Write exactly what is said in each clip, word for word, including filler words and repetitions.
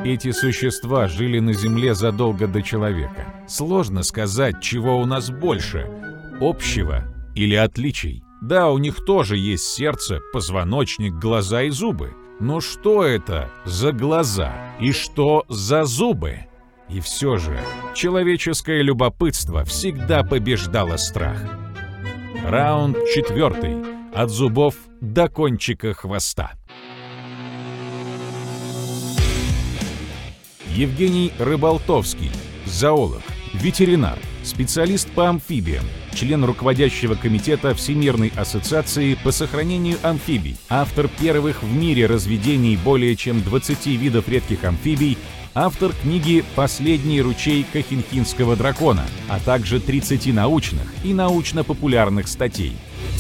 Эти существа жили на Земле задолго до человека. Сложно сказать, чего у нас больше – общего или отличий. Да, у них тоже есть сердце, позвоночник, глаза и зубы. Но что это за глаза и что за зубы? И все же человеческое любопытство всегда побеждало страх. Раунд четвертый. От зубов до кончика хвоста. Евгений Рыболтовский, зоолог, ветеринар, специалист по амфибиям, член руководящего комитета Всемирной ассоциации по сохранению амфибий, автор первых в мире разведений более чем двадцати видов редких амфибий, автор книги «Последний ручей Кохинхинского дракона», а также тридцати научных и научно-популярных статей.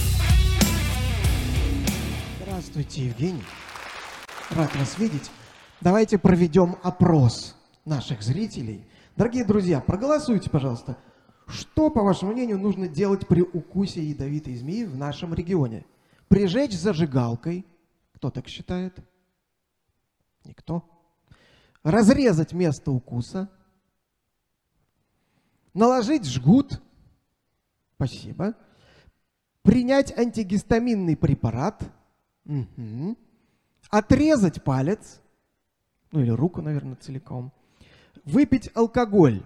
Здравствуйте, Евгений. Рад вас видеть. Давайте проведем опрос наших зрителей. Дорогие друзья, проголосуйте, пожалуйста. Что, по вашему мнению, нужно делать при укусе ядовитой змеи в нашем регионе? Прижечь зажигалкой. Кто так считает? Никто. Разрезать место укуса. Наложить жгут. Спасибо. Принять антигистаминный препарат. Угу. Отрезать палец. Ну или руку, наверное, целиком. Выпить алкоголь.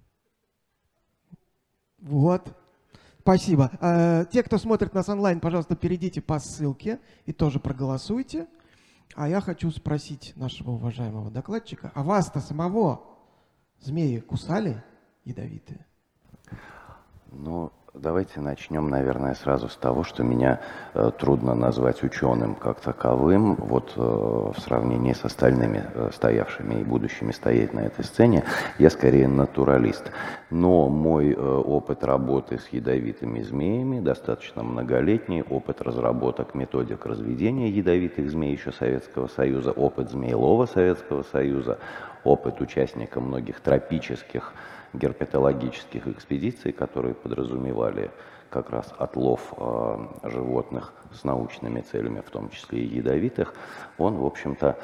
Вот. Спасибо. Э, те, кто смотрит нас онлайн, пожалуйста, перейдите по ссылке и тоже проголосуйте. А я хочу спросить нашего уважаемого докладчика, а вас-то самого змеи кусали ядовитые? Ну, давайте начнем, наверное, сразу с того, что меня э, трудно назвать ученым как таковым. Вот э, в сравнении с остальными э, стоявшими и будущими стоять на этой сцене, я скорее натуралист. Но мой э, опыт работы с ядовитыми змеями достаточно многолетний, опыт разработок методик разведения ядовитых змей еще Советского Союза, опыт змеелова Советского Союза, опыт участника многих тропических герпетологических экспедиций, которые подразумевали как раз отлов э, животных с научными целями, в том числе и ядовитых, он, в общем-то,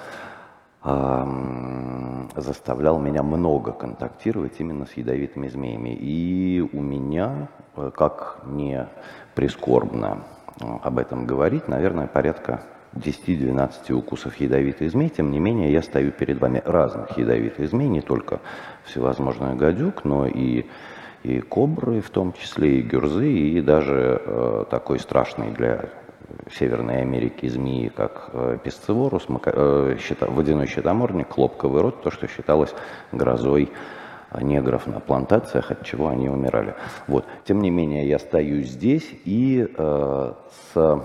э, заставлял меня много контактировать именно с ядовитыми змеями. И у меня, э, как не прискорбно э, об этом говорить, наверное, порядка десяти-двенадцати укусов ядовитых змей. Тем не менее, я стою перед вами разных ядовитых змей, не только всевозможных гадюк, но и, и кобры, в том числе и гюрзы, и даже э, такой страшный для Северной Америки змеи, как э, песцеворус, мака, э, щита, водяной щитомордник, хлопковый рот, то, что считалось грозой негров на плантациях, от чего они умирали. Вот. Тем не менее, я стою здесь и э, с...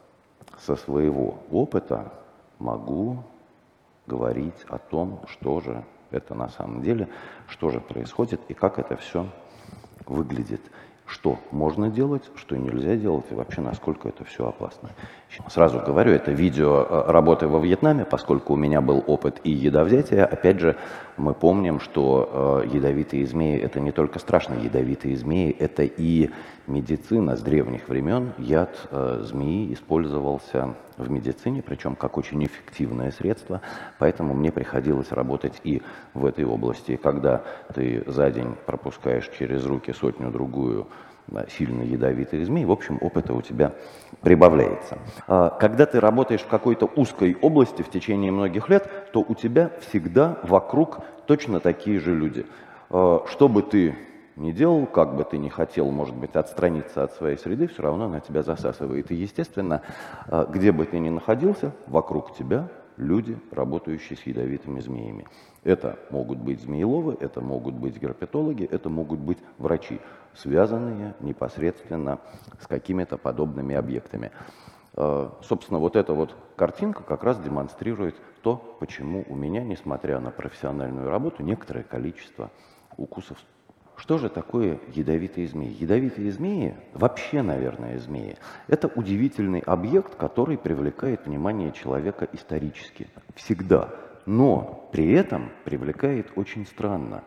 со своего опыта могу говорить о том, что же это на самом деле, что же происходит и как это все выглядит. Что можно делать, что нельзя делать и вообще насколько это все опасно. Сразу говорю, это видео работы во Вьетнаме, поскольку у меня был опыт и ядовзятия. Опять же, мы помним, что э, ядовитые змеи – это не только страшные ядовитые змеи, это и медицина с древних времен. Яд э, змеи использовался в медицине, причем как очень эффективное средство. Поэтому мне приходилось работать и в этой области. Когда ты за день пропускаешь через руки сотню-другую сильно ядовитых змей, в общем, опыта у тебя прибавляется. Когда ты работаешь в какой-то узкой области в течение многих лет, то у тебя всегда вокруг точно такие же люди. Что бы ты ни делал, как бы ты ни хотел, может быть, отстраниться от своей среды, все равно она тебя засасывает. И, естественно, где бы ты ни находился, вокруг тебя люди, работающие с ядовитыми змеями. Это могут быть змееловы, это могут быть герпетологи, это могут быть врачи, связанные непосредственно с какими-то подобными объектами. Собственно, вот эта вот картинка как раз демонстрирует то, почему у меня, несмотря на профессиональную работу, некоторое количество укусов. Что же такое ядовитые змеи? Ядовитые змеи, вообще, наверное, змеи, это удивительный объект, который привлекает внимание человека исторически, всегда, но при этом привлекает очень странно.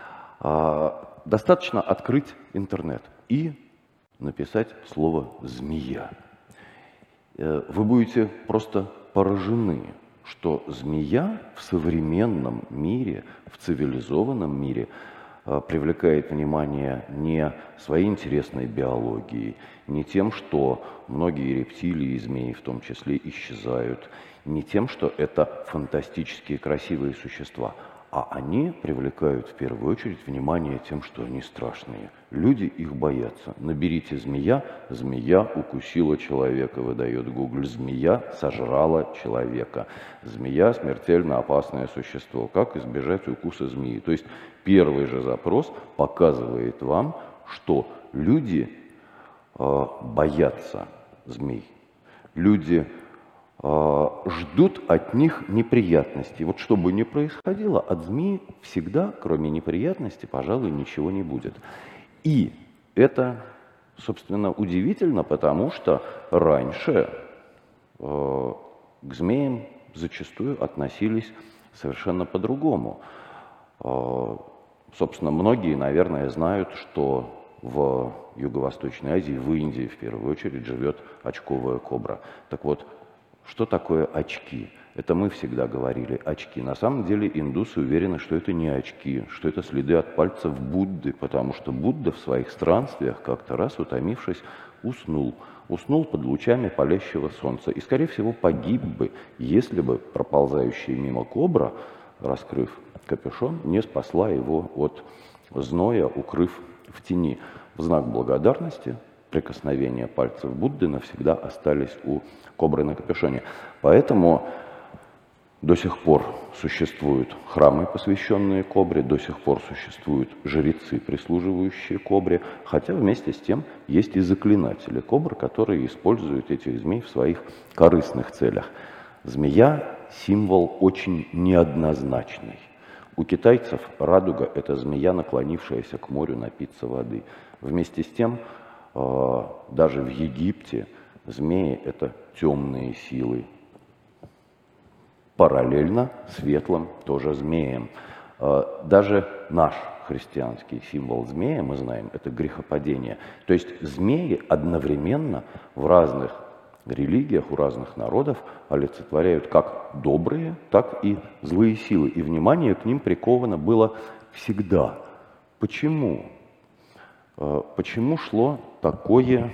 Достаточно открыть интернет и написать слово «змея». Вы будете просто поражены что змея в современном мире, в цивилизованном мире привлекает внимание не своей интересной биологией, не тем, что многие рептилии и змеи в том числе исчезают, не тем, что это фантастические красивые существа, а они привлекают в первую очередь внимание тем, что они страшные. Люди их боятся. Наберите «змея», «змея укусила человека», выдает Google, «змея сожрала человека». Змея – смертельно опасное существо. Как избежать укуса змеи? То есть первый же запрос показывает вам, что люди э, боятся змей. Люди ждут от них неприятностей. Вот что бы ни происходило, от змеи всегда, кроме неприятностей, пожалуй, ничего не будет. И это, собственно, удивительно, потому что раньше э, к змеям зачастую относились совершенно по-другому. Э, собственно, многие, наверное, знают, что в Юго-Восточной Азии, в Индии в первую очередь, живет очковая кобра. Так вот, что такое очки? Это мы всегда говорили очки. На самом деле индусы уверены, что это не очки, что это следы от пальцев Будды, потому что Будда в своих странствиях как-то раз, утомившись, уснул. Уснул под лучами палящего солнца и, скорее всего, погиб бы, если бы проползающая мимо кобра, раскрыв капюшон, не спасла его от зноя, укрыв в тени. В знак благодарности прикосновения пальцев Будды навсегда остались у кобры на капюшоне. Поэтому до сих пор существуют храмы, посвященные кобре, до сих пор существуют жрецы, прислуживающие кобре, хотя вместе с тем есть и заклинатели кобр, которые используют этих змей в своих корыстных целях. Змея – символ очень неоднозначный. У китайцев радуга – это змея, наклонившаяся к морю напиться воды. Вместе с тем, даже в Египте змеи – это темные силы. Параллельно светлым тоже змеям. Даже наш христианский символ змея, мы знаем, это грехопадение. То есть змеи одновременно в разных религиях, у разных народов олицетворяют как добрые, так и злые силы. И внимание к ним приковано было всегда. Почему? Почему шло такое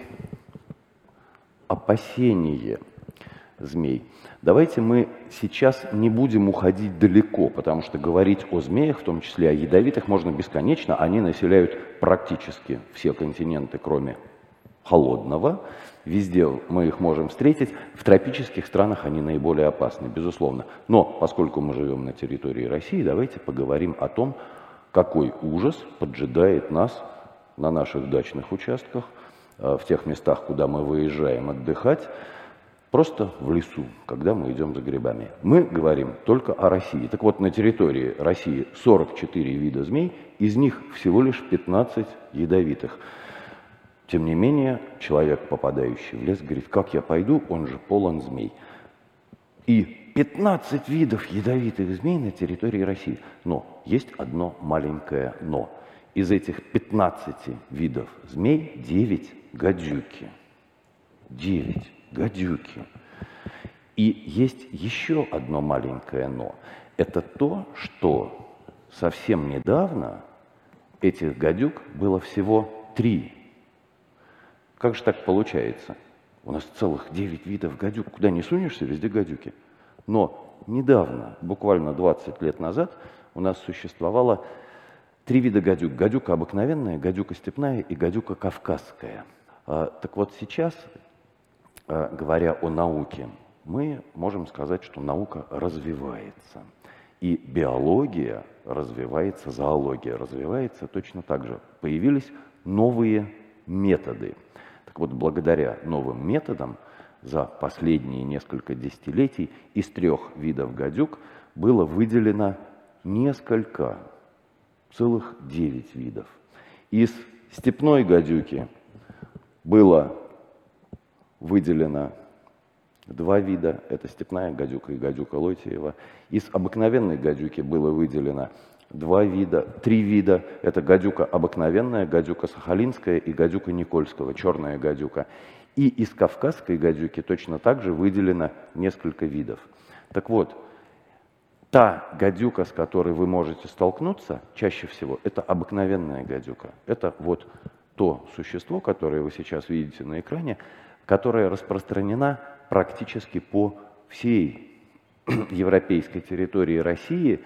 опасение змей? Давайте мы сейчас не будем уходить далеко, потому что говорить о змеях, в том числе о ядовитых, можно бесконечно. Они населяют практически все континенты, кроме холодного. Везде мы их можем встретить. В тропических странах они наиболее опасны, безусловно. Но поскольку мы живем на территории России, давайте поговорим о том, какой ужас поджидает нас на наших дачных участках, в тех местах, куда мы выезжаем отдыхать, просто в лесу, когда мы идем за грибами. Мы говорим только о России. Так вот, на территории России сорок четыре вида змей, из них всего лишь пятнадцать ядовитых. Тем не менее, человек, попадающий в лес, говорит: как я пойду, он же полон змей. И пятнадцать видов ядовитых змей на территории России. Но есть одно маленькое «но». Из этих пятнадцати видов змей девять гадюки. девять гадюки. И есть еще одно маленькое «но». Это то, что совсем недавно этих гадюк было всего три. Как же так получается? У нас целых девять видов гадюк. Куда ни сунешься, везде гадюки. Но недавно, буквально двадцать лет назад, у нас существовало три вида гадюк. Гадюка обыкновенная, гадюка степная и гадюка кавказская. А, так вот сейчас, а, говоря о науке, мы можем сказать, что наука развивается. И биология развивается, зоология развивается точно так же. Появились новые методы. Так вот, благодаря новым методам за последние несколько десятилетий из трех видов гадюк было выделено несколько, целых девять видов. Из степной гадюки было выделено два вида, это степная гадюка и гадюка Лойтиева. Из обыкновенной гадюки было выделено два вида, три вида, это гадюка обыкновенная, гадюка сахалинская и гадюка Никольского, черная гадюка. И из кавказской гадюки точно так же выделено несколько видов. Так вот, та гадюка, с которой вы можете столкнуться, чаще всего, это обыкновенная гадюка. Это вот то существо, которое вы сейчас видите на экране, которое распространено практически по всей европейской территории России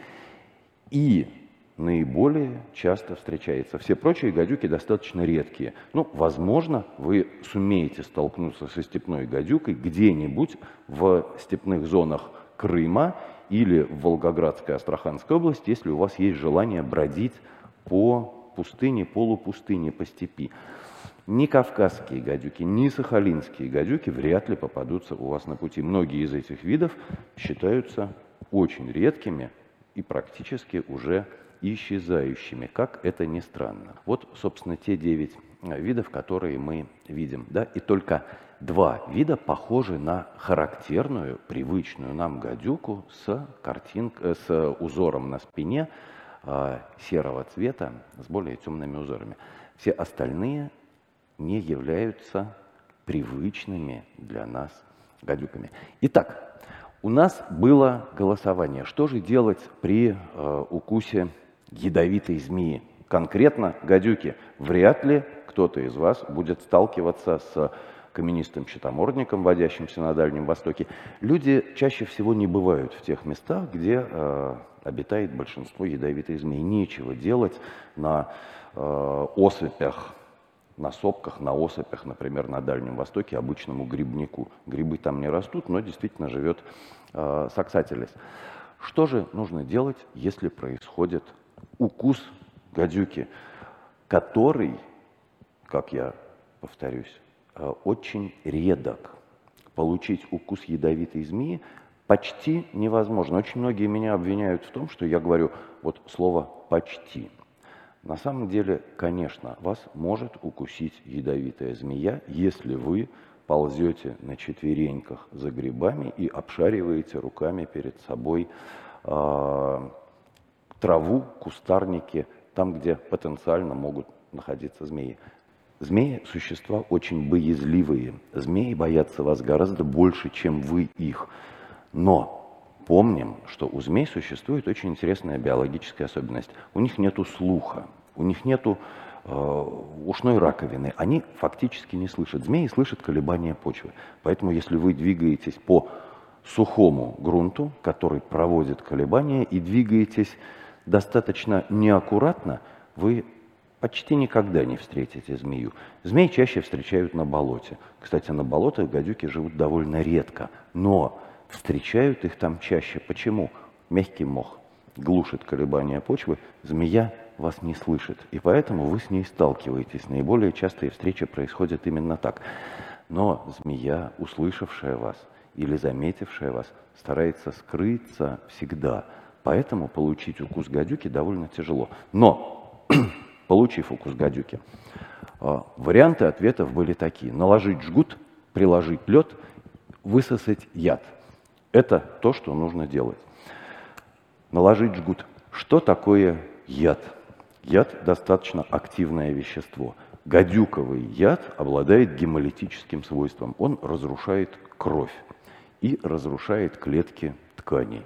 и наиболее часто встречается. Все прочие гадюки достаточно редкие. Ну, возможно, вы сумеете столкнуться со степной гадюкой где-нибудь в степных зонах Крыма или в Волгоградской, Астраханской области, если у вас есть желание бродить по пустыне, полупустыне, по степи. Ни кавказские гадюки, ни сахалинские гадюки вряд ли попадутся у вас на пути. Многие из этих видов считаются очень редкими и практически уже исчезающими, как это ни странно. Вот, собственно, те девять видов, которые мы видим. Да? И только два вида похожи на характерную, привычную нам гадюку с, картинкой, с узором на спине э, серого цвета, с более темными узорами. Все остальные не являются привычными для нас гадюками. Итак, у нас было голосование. Что же делать при э, укусе ядовитой змеи? Конкретно гадюки. Вряд ли кто-то из вас будет сталкиваться с каменистым щитомордником, водящимся на Дальнем Востоке. Люди чаще всего не бывают в тех местах, где э, обитает большинство ядовитой змеи. Нечего делать на э, осыпях, на сопках, на осыпях, например, на Дальнем Востоке обычному грибнику. Грибы там не растут, но действительно живет э, саксателис. Что же нужно делать, если происходит укус гадюки, который, как я повторюсь, э, очень редок? Получить укус ядовитой змеи почти невозможно. Очень многие меня обвиняют в том, что я говорю вот слово «почти». На самом деле, конечно, вас может укусить ядовитая змея, если вы ползете на четвереньках за грибами и обшариваете руками перед собой э, траву, кустарники, там, где потенциально могут находиться змеи. Змеи – существа очень боязливые. Змеи боятся вас гораздо больше, чем вы их. Но помним, что у змей существует очень интересная биологическая особенность. У них нету слуха, у них нету э, ушной раковины. Они фактически не слышат. Змеи слышат колебания почвы. Поэтому, если вы двигаетесь по сухому грунту, который проводит колебания, и двигаетесь достаточно неаккуратно, вы почти никогда не встретите змею. Змеи чаще встречают на болоте. Кстати, на болотах гадюки живут довольно редко, но встречают их там чаще. Почему? Мягкий мох глушит колебания почвы, змея вас не слышит, и поэтому вы с ней сталкиваетесь. Наиболее частые встречи происходят именно так. Но змея, услышавшая вас или заметившая вас, старается скрыться всегда. Поэтому получить укус гадюки довольно тяжело. Но, получив укус гадюки, варианты ответов были такие. Наложить жгут, приложить лед, высосать яд. Это то, что нужно делать. Наложить жгут. Что такое яд? Яд – достаточно активное вещество. Гадюковый яд обладает гемолитическим свойством. Он разрушает кровь и разрушает клетки тканей,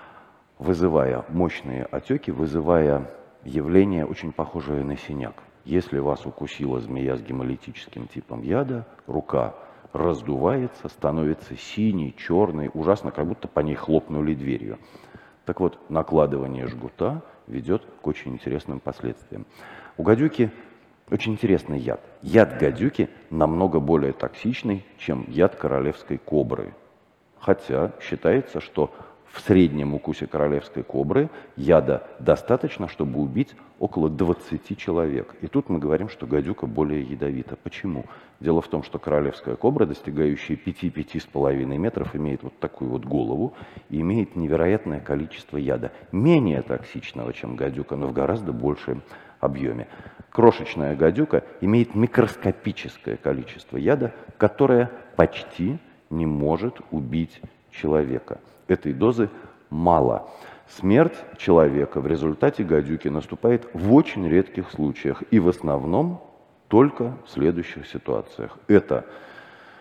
вызывая мощные отеки, вызывая явление, очень похожее на синяк. Если вас укусила змея с гемолитическим типом яда, рука раздувается, становится синей, черной, ужасно, как будто по ней хлопнули дверью. Так вот, накладывание жгута ведет к очень интересным последствиям. У гадюки очень интересный яд. Яд гадюки намного более токсичный, чем яд королевской кобры. Хотя считается, что в среднем укусе королевской кобры яда достаточно, чтобы убить около двадцати человек. И тут мы говорим, что гадюка более ядовита. Почему? Дело в том, что королевская кобра, достигающая пяти-пяти с половиной метров, имеет вот такую вот голову и имеет невероятное количество яда. Менее токсичного, чем гадюка, но в гораздо большем объеме. Крошечная гадюка имеет микроскопическое количество яда, которое почти не может убить человека. Этой дозы мало. Смерть человека в результате гадюки наступает в очень редких случаях и в основном только в следующих ситуациях. Это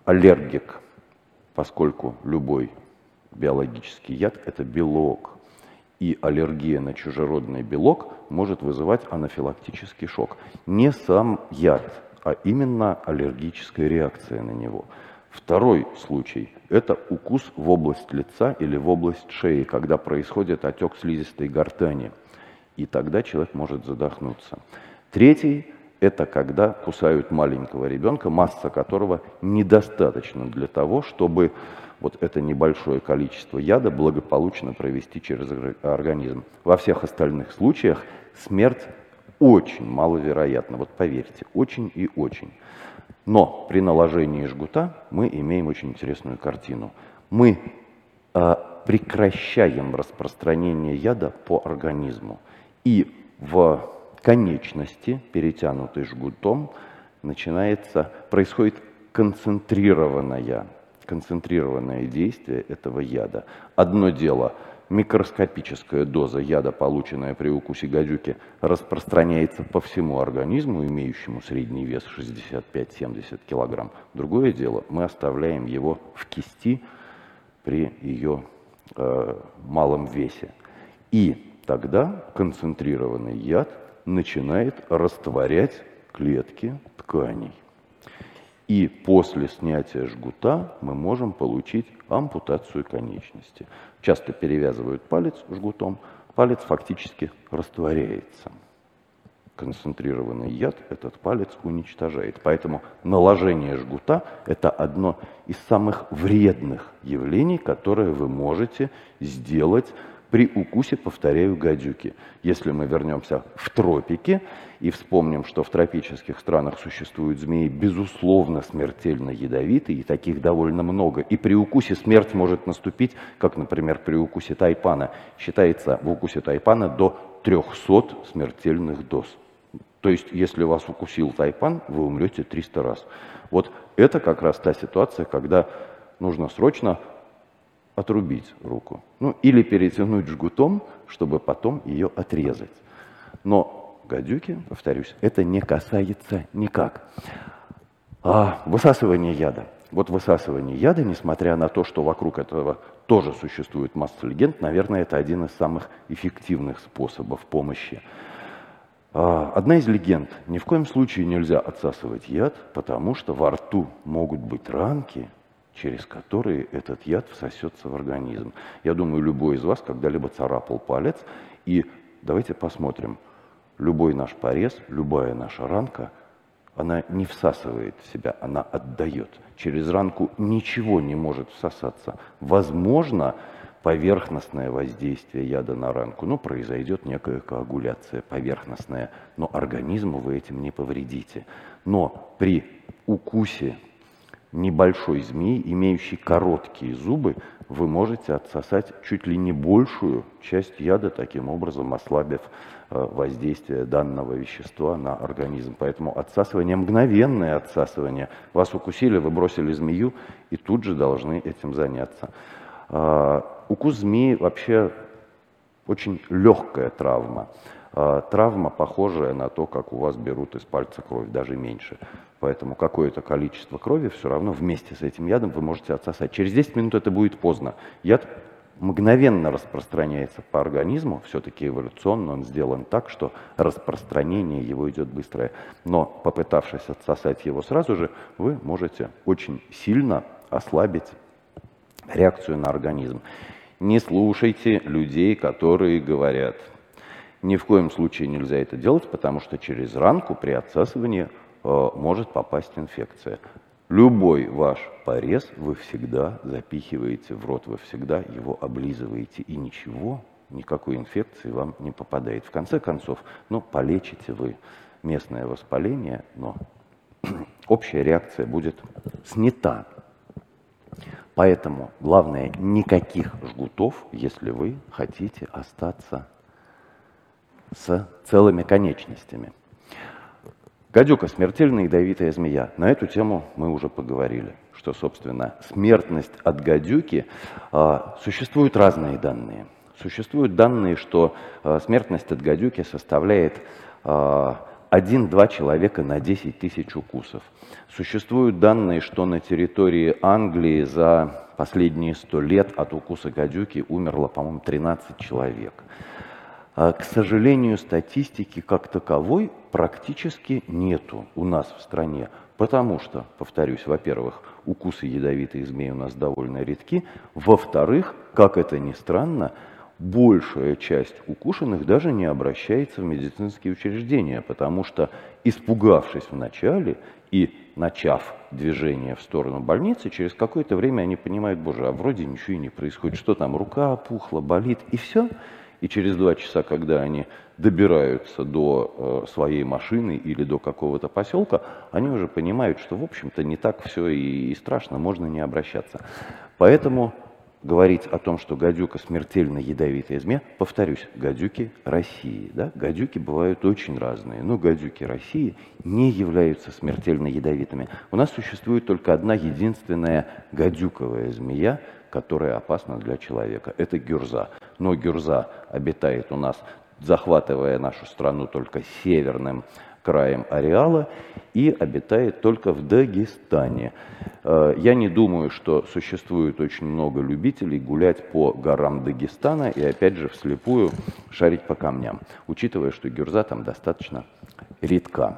аллергик, поскольку любой биологический яд – это белок. И аллергия на чужеродный белок может вызывать анафилактический шок. Не сам яд, а именно аллергическая реакция на него. Второй случай – это укус в область лица или в область шеи, когда происходит отек слизистой гортани. И тогда человек может задохнуться. Третий – это когда кусают маленького ребенка, масса которого недостаточно для того, чтобы вот это небольшое количество яда благополучно провести через организм. Во всех остальных случаях смерть очень маловероятна. Вот поверьте, очень и очень. Но при наложении жгута мы имеем очень интересную картину. Мы э, прекращаем распространение яда по организму. И в конечности, перетянутой жгутом, начинается, происходит концентрированное, концентрированное действие этого яда. Одно дело, микроскопическая доза яда, полученная при укусе гадюки, распространяется по всему организму, имеющему средний вес шестьдесят пять — семьдесят килограмм. Другое дело, мы оставляем его в кисти при ее э, малом весе. И тогда концентрированный яд начинает растворять клетки тканей. И после снятия жгута мы можем получить ампутацию конечности. Часто перевязывают палец жгутом, палец фактически растворяется. Концентрированный яд этот палец уничтожает. Поэтому наложение жгута – это одно из самых вредных явлений, которое вы можете сделать при укусе, повторяю, гадюки. Если мы вернемся в тропики и вспомним, что в тропических странах существуют змеи, безусловно, смертельно ядовитые, и таких довольно много. И при укусе смерть может наступить, как, например, при укусе тайпана. Считается в укусе тайпана до трехсот смертельных доз. То есть, если вас укусил тайпан, вы умрете триста раз. Вот это как раз та ситуация, когда нужно срочно отрубить руку. Ну, или перетянуть жгутом, чтобы потом ее отрезать. Но гадюки, повторюсь, это не касается никак. А высасывание яда. Вот высасывание яда, несмотря на то, что вокруг этого тоже существует масса легенд, наверное, это один из самых эффективных способов помощи. Одна из легенд: ни в коем случае нельзя отсасывать яд, потому что во рту могут быть ранки, через которые этот яд всосется в организм. Я думаю, любой из вас когда-либо царапал палец. И давайте посмотрим. Любой наш порез, любая наша ранка, она не всасывает в себя, она отдает. Через ранку ничего не может всосаться. Возможно, поверхностное воздействие яда на ранку, ну, произойдет некая коагуляция поверхностная, но организму вы этим не повредите. Но при укусе небольшой змеи, имеющей короткие зубы, вы можете отсосать чуть ли не большую часть яда, таким образом ослабив воздействие данного вещества на организм. Поэтому отсасывание, мгновенное отсасывание. Вас укусили, вы бросили змею и тут же должны этим заняться. Укус змеи вообще очень легкая травма. Травма, похожая на то, как у вас берут из пальца кровь, даже меньше. Поэтому какое-то количество крови все равно вместе с этим ядом вы можете отсосать. Через десять минут это будет поздно. Яд мгновенно распространяется по организму, все-таки эволюционно он сделан так, что распространение его идет быстрое. Но попытавшись отсосать его сразу же, вы можете очень сильно ослабить реакцию на организм. Не слушайте людей, которые говорят: ни в коем случае нельзя это делать, потому что через ранку при отсасывании э, может попасть инфекция. Любой ваш порез вы всегда запихиваете в рот, вы всегда его облизываете, и ничего, никакой инфекции вам не попадает. В конце концов, ну, полечите вы местное воспаление, но общая реакция будет снята. Поэтому главное, никаких жгутов, если вы хотите остаться с целыми конечностями. Гадюка – смертельная ядовитая змея. На эту тему мы уже поговорили, что, собственно, смертность от гадюки, э, существуют разные данные. Существуют данные, что э, смертность от гадюки составляет э, один-два человека на десять тысяч укусов. Существуют данные, что на территории Англии за последние сто лет от укуса гадюки умерло, по-моему, тринадцать человек. К сожалению, статистики как таковой практически нету у нас в стране, потому что, повторюсь, во-первых, укусы ядовитых змей у нас довольно редки, во-вторых, как это ни странно, большая часть укушенных даже не обращается в медицинские учреждения, потому что, испугавшись вначале и начав движение в сторону больницы, через какое-то время они понимают: боже, а вроде ничего и не происходит, что там, рука опухла, болит, и все. И через два часа, когда они добираются до э, своей машины или до какого-то поселка, они уже понимают, что, в общем-то, не так все и, и страшно, можно не обращаться. Поэтому говорить о том, что гадюка смертельно ядовитая змея, повторюсь, гадюки России. Да? Гадюки бывают очень разные, но гадюки России не являются смертельно ядовитыми. У нас существует только одна единственная гадюковая змея, которая опасна для человека. Это гюрза. Но гюрза обитает у нас, захватывая нашу страну только северным краем ареала, и обитает только в Дагестане. Я не думаю, что существует очень много любителей гулять по горам Дагестана и, опять же, вслепую шарить по камням, учитывая, что гюрза там достаточно редка.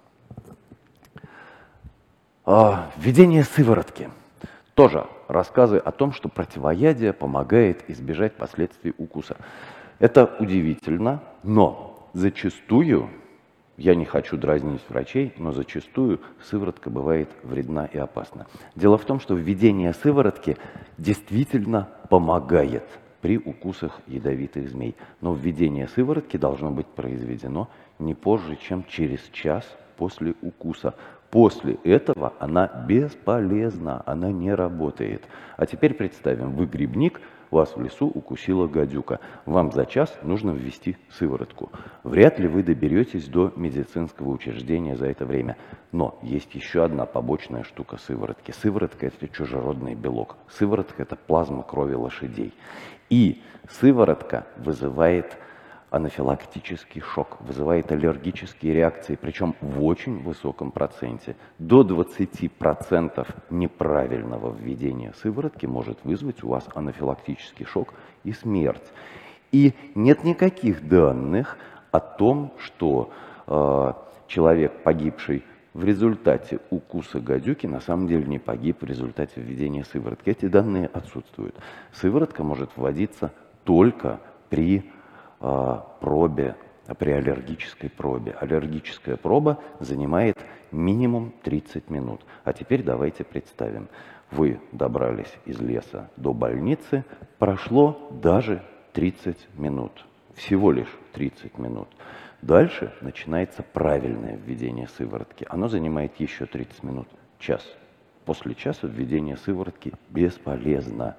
Введение сыворотки. Тоже рассказы о том, что противоядие помогает избежать последствий укуса. Это удивительно, но зачастую, я не хочу дразнить врачей, но зачастую сыворотка бывает вредна и опасна. Дело в том, что введение сыворотки действительно помогает при укусах ядовитых змей. Но введение сыворотки должно быть произведено не позже, чем через час после укуса. После этого она бесполезна, она не работает. А теперь представим, вы грибник, вас в лесу укусила гадюка. Вам за час нужно ввести сыворотку. Вряд ли вы доберетесь до медицинского учреждения за это время. Но есть еще одна побочная штука сыворотки. Сыворотка – это чужеродный белок. Сыворотка – это плазма крови лошадей. И сыворотка вызывает анафилактический шок, вызывает аллергические реакции, причем в очень высоком проценте. До двадцати процентов неправильного введения сыворотки может вызвать у вас анафилактический шок и смерть. И нет никаких данных о том, что э, человек, погибший в результате укуса гадюки, на самом деле не погиб в результате введения сыворотки. Эти данные отсутствуют. Сыворотка может вводиться только при пробе, при аллергической пробе. Аллергическая проба занимает минимум тридцать минут. А теперь давайте представим, вы добрались из леса до больницы, прошло даже тридцать минут, всего лишь тридцать минут. Дальше начинается правильное введение сыворотки. Оно занимает еще тридцать минут, час. После часа введение сыворотки бесполезно.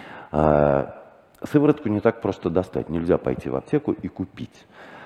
Сыворотку не так просто достать, нельзя пойти в аптеку и купить.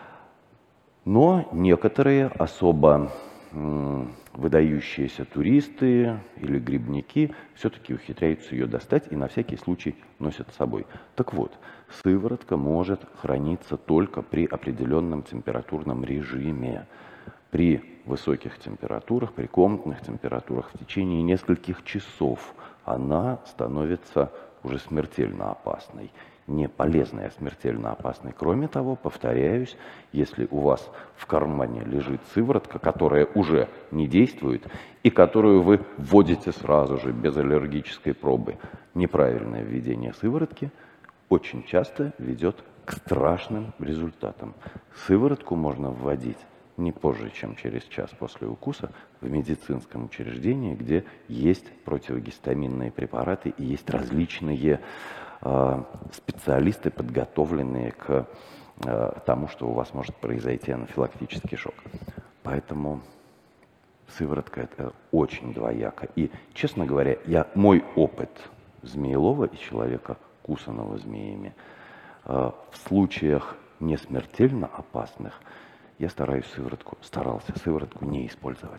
Но некоторые особо м, выдающиеся туристы или грибники все-таки ухитряются ее достать и на всякий случай носят с собой. Так вот, сыворотка может храниться только при определенном температурном режиме. При высоких температурах, при комнатных температурах в течение нескольких часов она становится уже смертельно опасной. Не полезной, а смертельно опасной. Кроме того, повторяюсь, если у вас в кармане лежит сыворотка, которая уже не действует, и которую вы вводите сразу же, без аллергической пробы, неправильное введение сыворотки очень часто ведет к страшным результатам. Сыворотку можно вводить не позже, чем через час после укуса в медицинском учреждении, где есть противогистаминные препараты и есть различные э, специалисты, подготовленные к э, тому, что у вас может произойти анафилактический шок. Поэтому сыворотка – это очень двояко. И, честно говоря, я, мой опыт змеелова и человека, кусаного змеями, э, в случаях не смертельно опасных, я стараюсь сыворотку, старался сыворотку не использовать.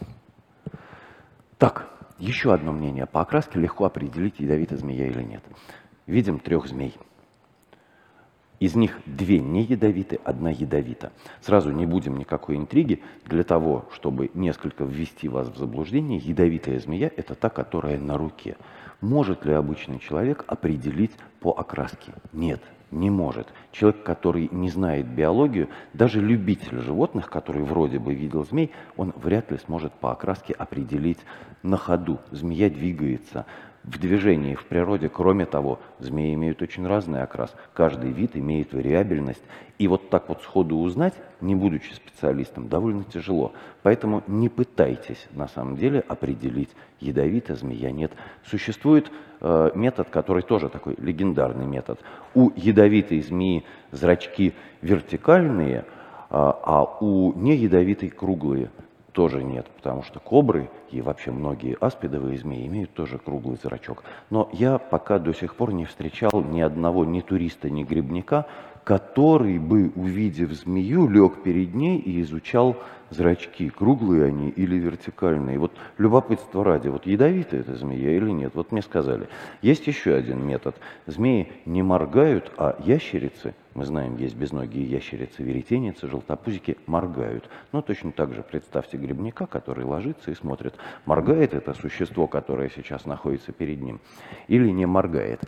Так, еще одно мнение. По окраске легко определить, ядовитая змея или нет. Видим трех змей. Из них две не ядовиты, одна ядовита. Сразу не будем никакой интриги. Для того, чтобы несколько ввести вас в заблуждение, ядовитая змея – это та, которая на руке. Может ли обычный человек определить по окраске? Нет, не может. Человек, который не знает биологию, даже любитель животных, который вроде бы видел змей, он вряд ли сможет по окраске определить на ходу. Змея двигается в движении, в природе. Кроме того, змеи имеют очень разный окрас. Каждый вид имеет вариабельность. И вот так вот сходу узнать, не будучи специалистом, довольно тяжело. Поэтому не пытайтесь на самом деле определить, ядовита змея, нет. Существует э, метод, который тоже такой легендарный метод. У ядовитой змеи зрачки вертикальные, а, а у неядовитой круглые. Тоже нет, потому что кобры и вообще многие аспидовые змеи имеют тоже круглый зрачок. Но я пока до сих пор не встречал ни одного ни туриста, ни грибника, который бы, увидев змею, лег перед ней и изучал зрачки, круглые они или вертикальные. Вот любопытство ради, вот ядовитая эта змея или нет, вот мне сказали. Есть еще один метод. Змеи не моргают, а ящерицы, мы знаем, есть безногие ящерицы, веретеницы, желтопузики, моргают. Но точно так же представьте грибника, который ложится и смотрит, моргает это существо, которое сейчас находится перед ним, или не моргает.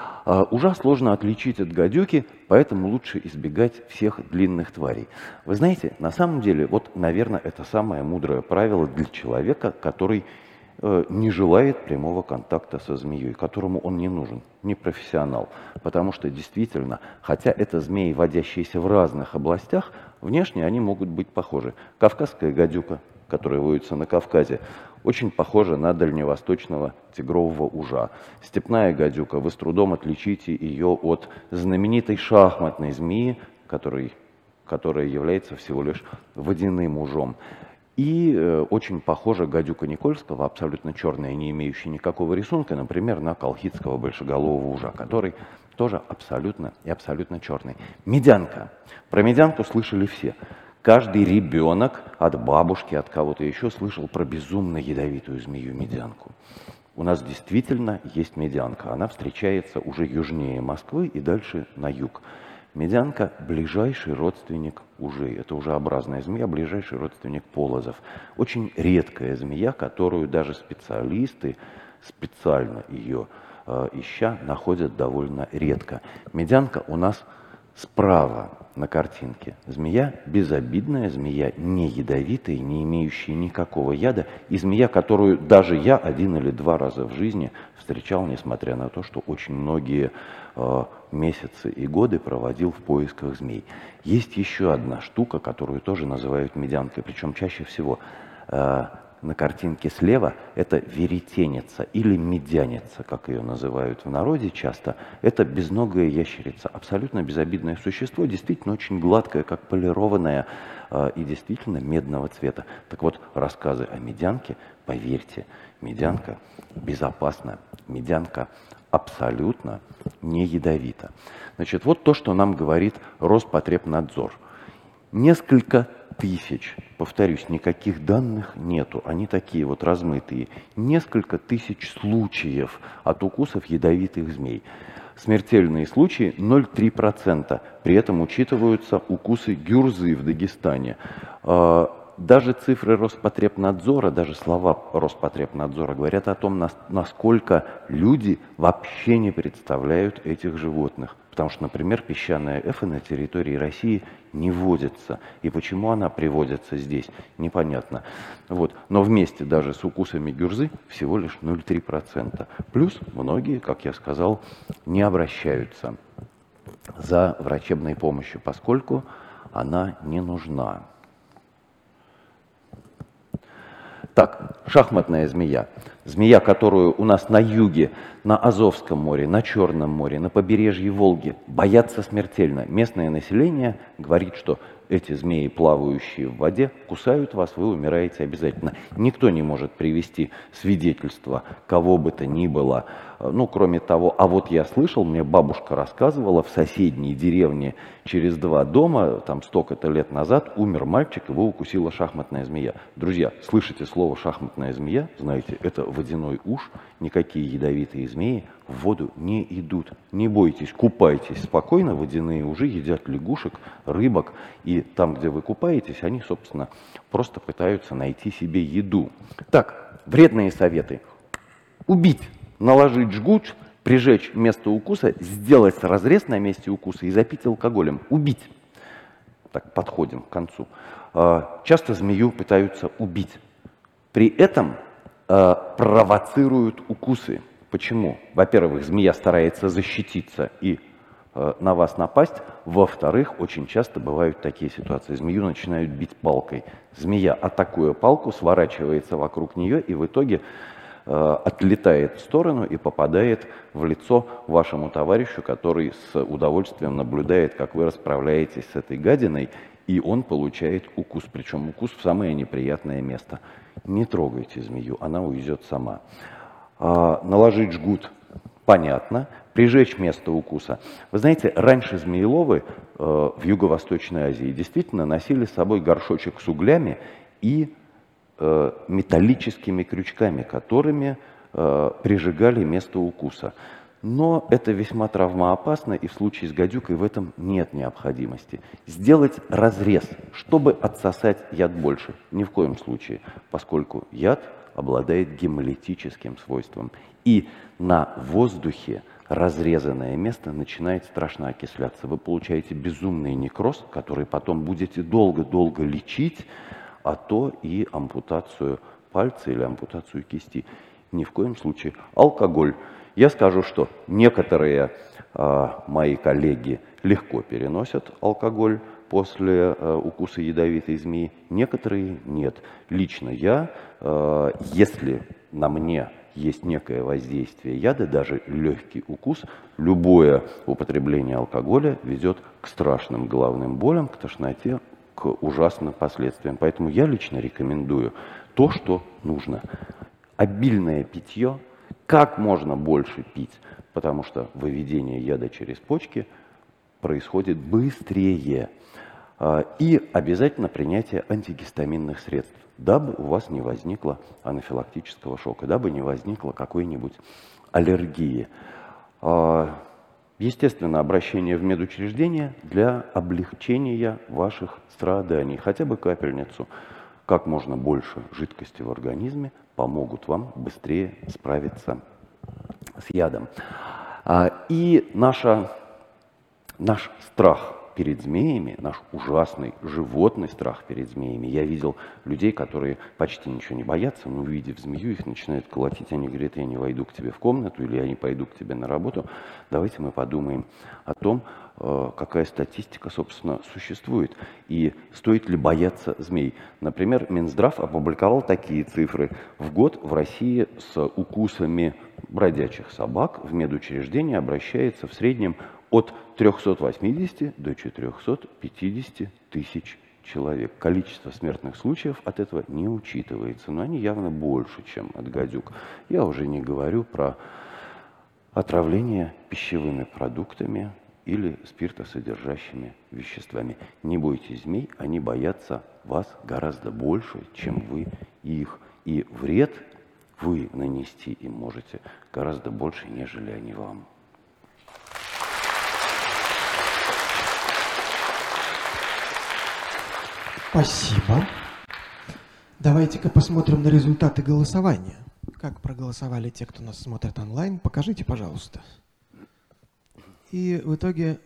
Ужа сложно отличить от гадюки, поэтому лучше избегать всех длинных тварей. Вы знаете, на самом деле, вот, наверное, это самое мудрое правило для человека, который э, не желает прямого контакта со змеей, которому он не нужен, не профессионал. Потому что действительно, хотя это змеи, водящиеся в разных областях, внешне они могут быть похожи. Кавказская гадюка, которая водится на Кавказе, очень похожа на дальневосточного тигрового ужа. Степная гадюка, вы с трудом отличите ее от знаменитой шахматной змеи, который, которая является всего лишь водяным ужом. И э, очень похожа гадюка Никольского, абсолютно черная, не имеющая никакого рисунка, например, на колхидского большеголового ужа, который тоже абсолютно и абсолютно черный. Медянка. Про медянку слышали все. Каждый ребенок от бабушки, от кого-то еще слышал про безумно ядовитую змею-медянку. У нас действительно есть медянка. Она встречается уже южнее Москвы и дальше на юг. Медянка – ближайший родственник ужей. Это ужеобразная змея, ближайший родственник полозов. Очень редкая змея, которую даже специалисты, специально ее э, ища, находят довольно редко. Медянка у нас справа на картинке. Змея безобидная, змея не ядовитая, не имеющая никакого яда. И змея, которую даже я один или два раза в жизни встречал, несмотря на то, что очень многие э, месяцы и годы проводил в поисках змей. Есть еще одна штука, которую тоже называют медянкой, причем чаще всего э, на картинке слева это веретеница или медяница, как ее называют в народе часто. Это безногая ящерица, абсолютно безобидное существо, действительно очень гладкое, как полированное э, и действительно медного цвета. Так вот, рассказы о медянке, поверьте, медянка безопасна, медянка абсолютно не ядовита. Значит, вот то, что нам говорит Роспотребнадзор. Несколько тысяч, повторюсь, никаких данных нету, они такие вот размытые. Несколько тысяч случаев от укусов ядовитых змей. Смертельные случаи ноль целых три десятых процента. При этом учитываются укусы гюрзы в Дагестане. Даже цифры Роспотребнадзора, даже слова Роспотребнадзора говорят о том, насколько люди вообще не представляют этих животных. Потому что, например, песчаная эфа на территории России не водится. И почему она приводится здесь, непонятно. Вот. Но вместе даже с укусами гюрзы всего лишь ноль целых три десятых процента. Плюс многие, как я сказал, не обращаются за врачебной помощью, поскольку она не нужна. Так, шахматная змея. Змея, которую у нас на юге, на Азовском море, на Черном море, на побережье Волги боятся смертельно. Местное население говорит, что эти змеи, плавающие в воде, кусают вас, вы умираете обязательно. Никто не может привести свидетельство кого бы то ни было Ну, кроме того, а вот я слышал, мне бабушка рассказывала, в соседней деревне через два дома, там столько-то лет назад, умер мальчик, его укусила шахматная змея. Друзья, слышите слово «шахматная змея», знаете, это водяной уж, никакие ядовитые змеи в воду не идут. Не бойтесь, купайтесь спокойно, водяные ужи едят лягушек, рыбок, и там, где вы купаетесь, они, собственно, просто пытаются найти себе еду. Так, вредные советы. Убить, наложить жгут, прижечь место укуса, сделать разрез на месте укуса и запить алкоголем. Убить. Так, подходим к концу. Часто змею пытаются убить. При этом провоцируют укусы. Почему? Во-первых, змея старается защититься и э, на вас напасть. Во-вторых, очень часто бывают такие ситуации. Змею начинают бить палкой. Змея, атакуя палку, сворачивается вокруг нее и в итоге э, отлетает в сторону и попадает в лицо вашему товарищу, который с удовольствием наблюдает, как вы расправляетесь с этой гадиной, и он получает укус. Причем укус в самое неприятное место. Не трогайте змею, она уйдет сама. Наложить жгут, понятно. Прижечь место укуса. Вы знаете, раньше змееловы э, в Юго-Восточной Азии действительно носили с собой горшочек с углями и э, металлическими крючками, которыми э, прижигали место укуса. Но это весьма травмоопасно, и в случае с гадюкой в этом нет необходимости. Сделать разрез, чтобы отсосать яд больше. Ни в коем случае, поскольку яд обладает гемолитическим свойством. И на воздухе разрезанное место начинает страшно окисляться. Вы получаете безумный некроз, который потом будете долго-долго лечить, а то и ампутацию пальца или ампутацию кисти. Ни в коем случае. Алкоголь. Я скажу, что некоторые э, мои коллеги легко переносят алкоголь после э, укуса ядовитой змеи, некоторые нет. Лично я, э, если на мне есть некое воздействие яда, даже легкий укус, любое употребление алкоголя ведет к страшным головным болям, к тошноте, к ужасным последствиям. Поэтому я лично рекомендую то, что нужно. Обильное питье, как можно больше пить, потому что выведение яда через почки происходит быстрее. И обязательно принятие антигистаминных средств, дабы у вас не возникло анафилактического шока, дабы не возникло какой-нибудь аллергии. Естественно, обращение в медучреждение для облегчения ваших страданий. Хотя бы капельницу. Как можно больше жидкости в организме помогут вам быстрее справиться с ядом. И наша, наш страх перед змеями, наш ужасный животный страх перед змеями. Я видел людей, которые почти ничего не боятся, но увидев змею, их начинают колотить. Они говорят: я не войду к тебе в комнату или я не пойду к тебе на работу. Давайте мы подумаем о том, какая статистика, собственно, существует и стоит ли бояться змей. Например, Минздрав опубликовал такие цифры. В год в России с укусами бродячих собак в медучреждение обращается в среднем от трёхсот восьмидесяти до четырёхсот пятидесяти тысяч человек. Количество смертных случаев от этого не учитывается, но они явно больше, чем от гадюк. Я уже не говорю про отравление пищевыми продуктами или спиртосодержащими веществами. Не бойтесь змей, они боятся вас гораздо больше, чем вы их. И вред вы нанести им можете гораздо больше, нежели они вам. Спасибо. Давайте-ка посмотрим на результаты голосования. Как проголосовали те, кто нас смотрит онлайн? Покажите, пожалуйста. И в итоге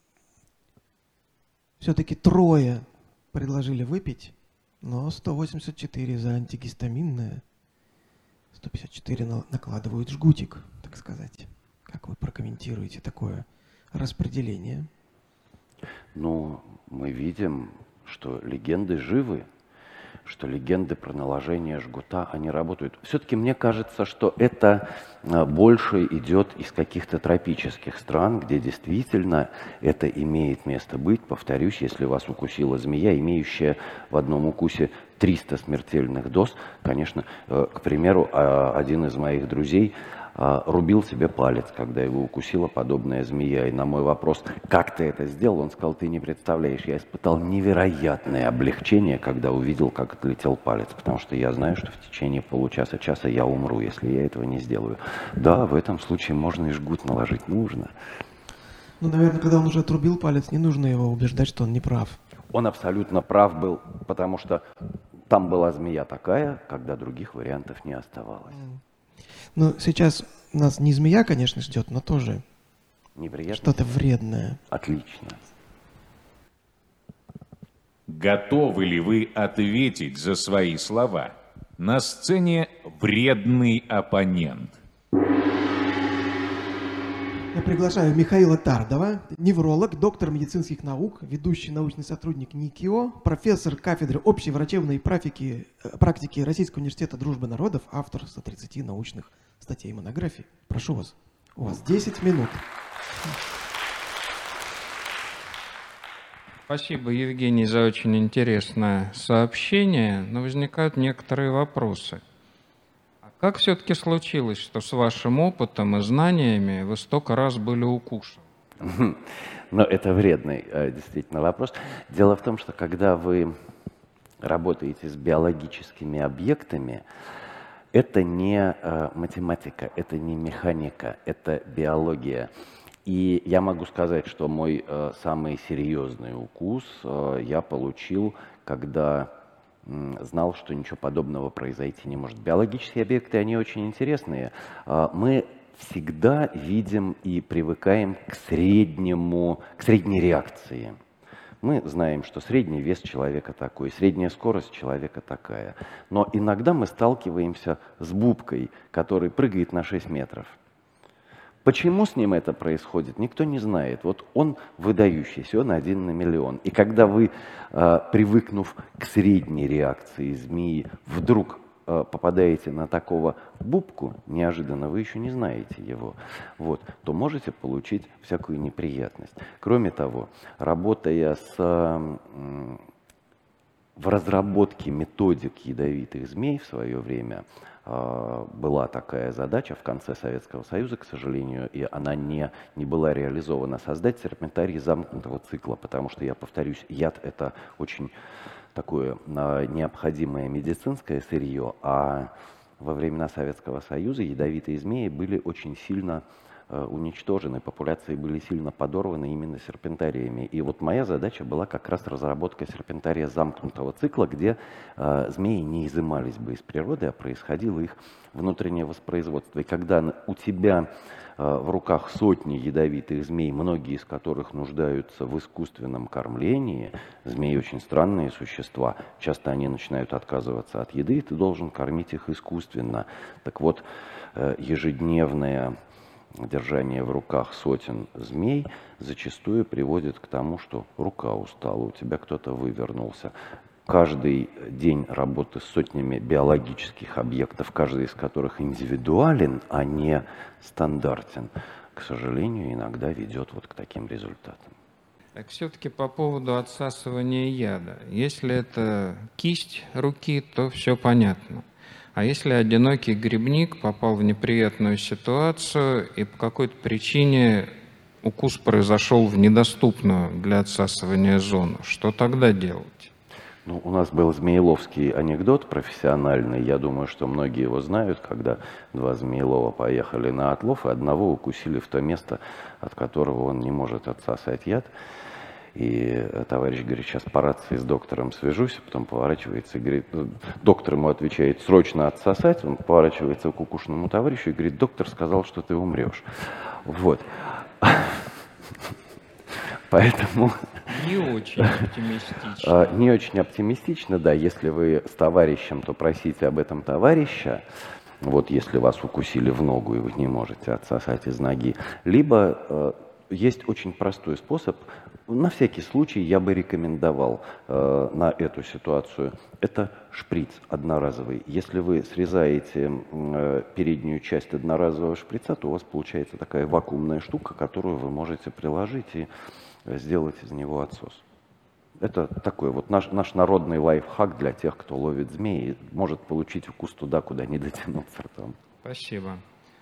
все-таки трое предложили выпить, но сто восемьдесят четыре за антигистаминное, сто пятьдесят четыре накладывают жгутик, так сказать. Как вы прокомментируете такое распределение? Ну, мы видим, что легенды живы, что легенды про наложение жгута, они работают. Все-таки мне кажется, что это больше идет из каких-то тропических стран, где действительно это имеет место быть. Повторюсь, если вас укусила змея, имеющая в одном укусе триста смертельных доз, конечно, к примеру, один из моих друзей рубил себе палец, когда его укусила подобная змея. И на мой вопрос, как ты это сделал, он сказал, ты не представляешь, я испытал невероятное облегчение, когда увидел, как отлетел палец, потому что я знаю, что в течение получаса-часа я умру, если я этого не сделаю. Да, в этом случае можно и жгут наложить, нужно. Ну, наверное, когда он уже отрубил палец, не нужно его убеждать, что он не прав. Он абсолютно прав был, потому что там была змея такая, когда других вариантов не оставалось. Ну, сейчас нас не змея, конечно, ждет, но тоже что-то вредное. Отлично. Готовы ли вы ответить за свои слова? На сцене вредный оппонент. Я приглашаю Михаила Тардова, невролог, доктор медицинских наук, ведущий научный сотрудник НИКИО, профессор кафедры общей врачебной практики, практики Российского университета дружбы народов, автор ста тридцати научных статей и монографий. Прошу вас, у вас десять минут. Спасибо, Евгений, за очень интересное сообщение, но возникают некоторые вопросы. Как все-таки случилось, что с вашим опытом и знаниями вы столько раз были укушены? Но это вредный действительно вопрос. Дело в том, что когда вы работаете с биологическими объектами, это не математика, это не механика, это биология. И я могу сказать, что мой самый серьезный укус я получил, когда знал, что ничего подобного произойти не может. Биологические объекты, они очень интересные. Мы всегда видим и привыкаем к среднему, к средней реакции. Мы знаем, что средний вес человека такой, средняя скорость человека такая. Но иногда мы сталкиваемся с бубкой, который прыгает на шесть метров. Почему с ним это происходит, никто не знает. Вот он выдающийся, он один на миллион. И когда вы, привыкнув к средней реакции змеи, вдруг попадаете на такого бубку, неожиданно, вы еще не знаете его, вот, то можете получить всякую неприятность. Кроме того, работая с, в разработке методик ядовитых змей в свое время, была такая задача в конце Советского Союза, к сожалению, и она не, не была реализована, создать серпентарий замкнутого цикла, потому что, я повторюсь, яд – это очень такое необходимое медицинское сырье, а во времена Советского Союза ядовитые змеи были очень сильно уничтожены, популяции были сильно подорваны именно серпентариями. И вот моя задача была как раз разработка серпентария замкнутого цикла, где э, змеи не изымались бы из природы, а происходило их внутреннее воспроизводство. И когда у тебя э, в руках сотни ядовитых змей, многие из которых нуждаются в искусственном кормлении, змеи очень странные существа, часто они начинают отказываться от еды, и ты должен кормить их искусственно. Так вот, э, ежедневная держание в руках сотен змей зачастую приводит к тому, что рука устала, у тебя кто-то вывернулся. Каждый день работы с сотнями биологических объектов, каждый из которых индивидуален, а не стандартен, к сожалению, иногда ведет вот к таким результатам. Так все-таки по поводу отсасывания яда. Если это кисть руки, то все понятно. А если одинокий грибник попал в неприятную ситуацию и по какой-то причине укус произошел в недоступную для отсасывания зону, что тогда делать? Ну, у нас был змееловский анекдот профессиональный, я думаю, что многие его знают, когда два змеелова поехали на отлов, и одного укусили в то место, от которого он не может отсосать яд. И товарищ говорит, сейчас по рации с доктором свяжусь, потом поворачивается и говорит, доктор ему отвечает, срочно отсосать, он поворачивается к укушенному товарищу и говорит, доктор сказал, что ты умрешь. Вот. Поэтому... Не очень оптимистично. Не очень оптимистично, да, если вы с товарищем, то просите об этом товарища, вот если вас укусили в ногу и вы не можете отсосать из ноги, либо... Есть очень простой способ, на всякий случай я бы рекомендовал э, на эту ситуацию. Это шприц одноразовый. Если вы срезаете э, переднюю часть одноразового шприца, то у вас получается такая вакуумная штука, которую вы можете приложить и сделать из него отсос. Это такой вот наш, наш народный лайфхак для тех, кто ловит змеи, может получить укус туда, куда не дотянуться ртом. Спасибо.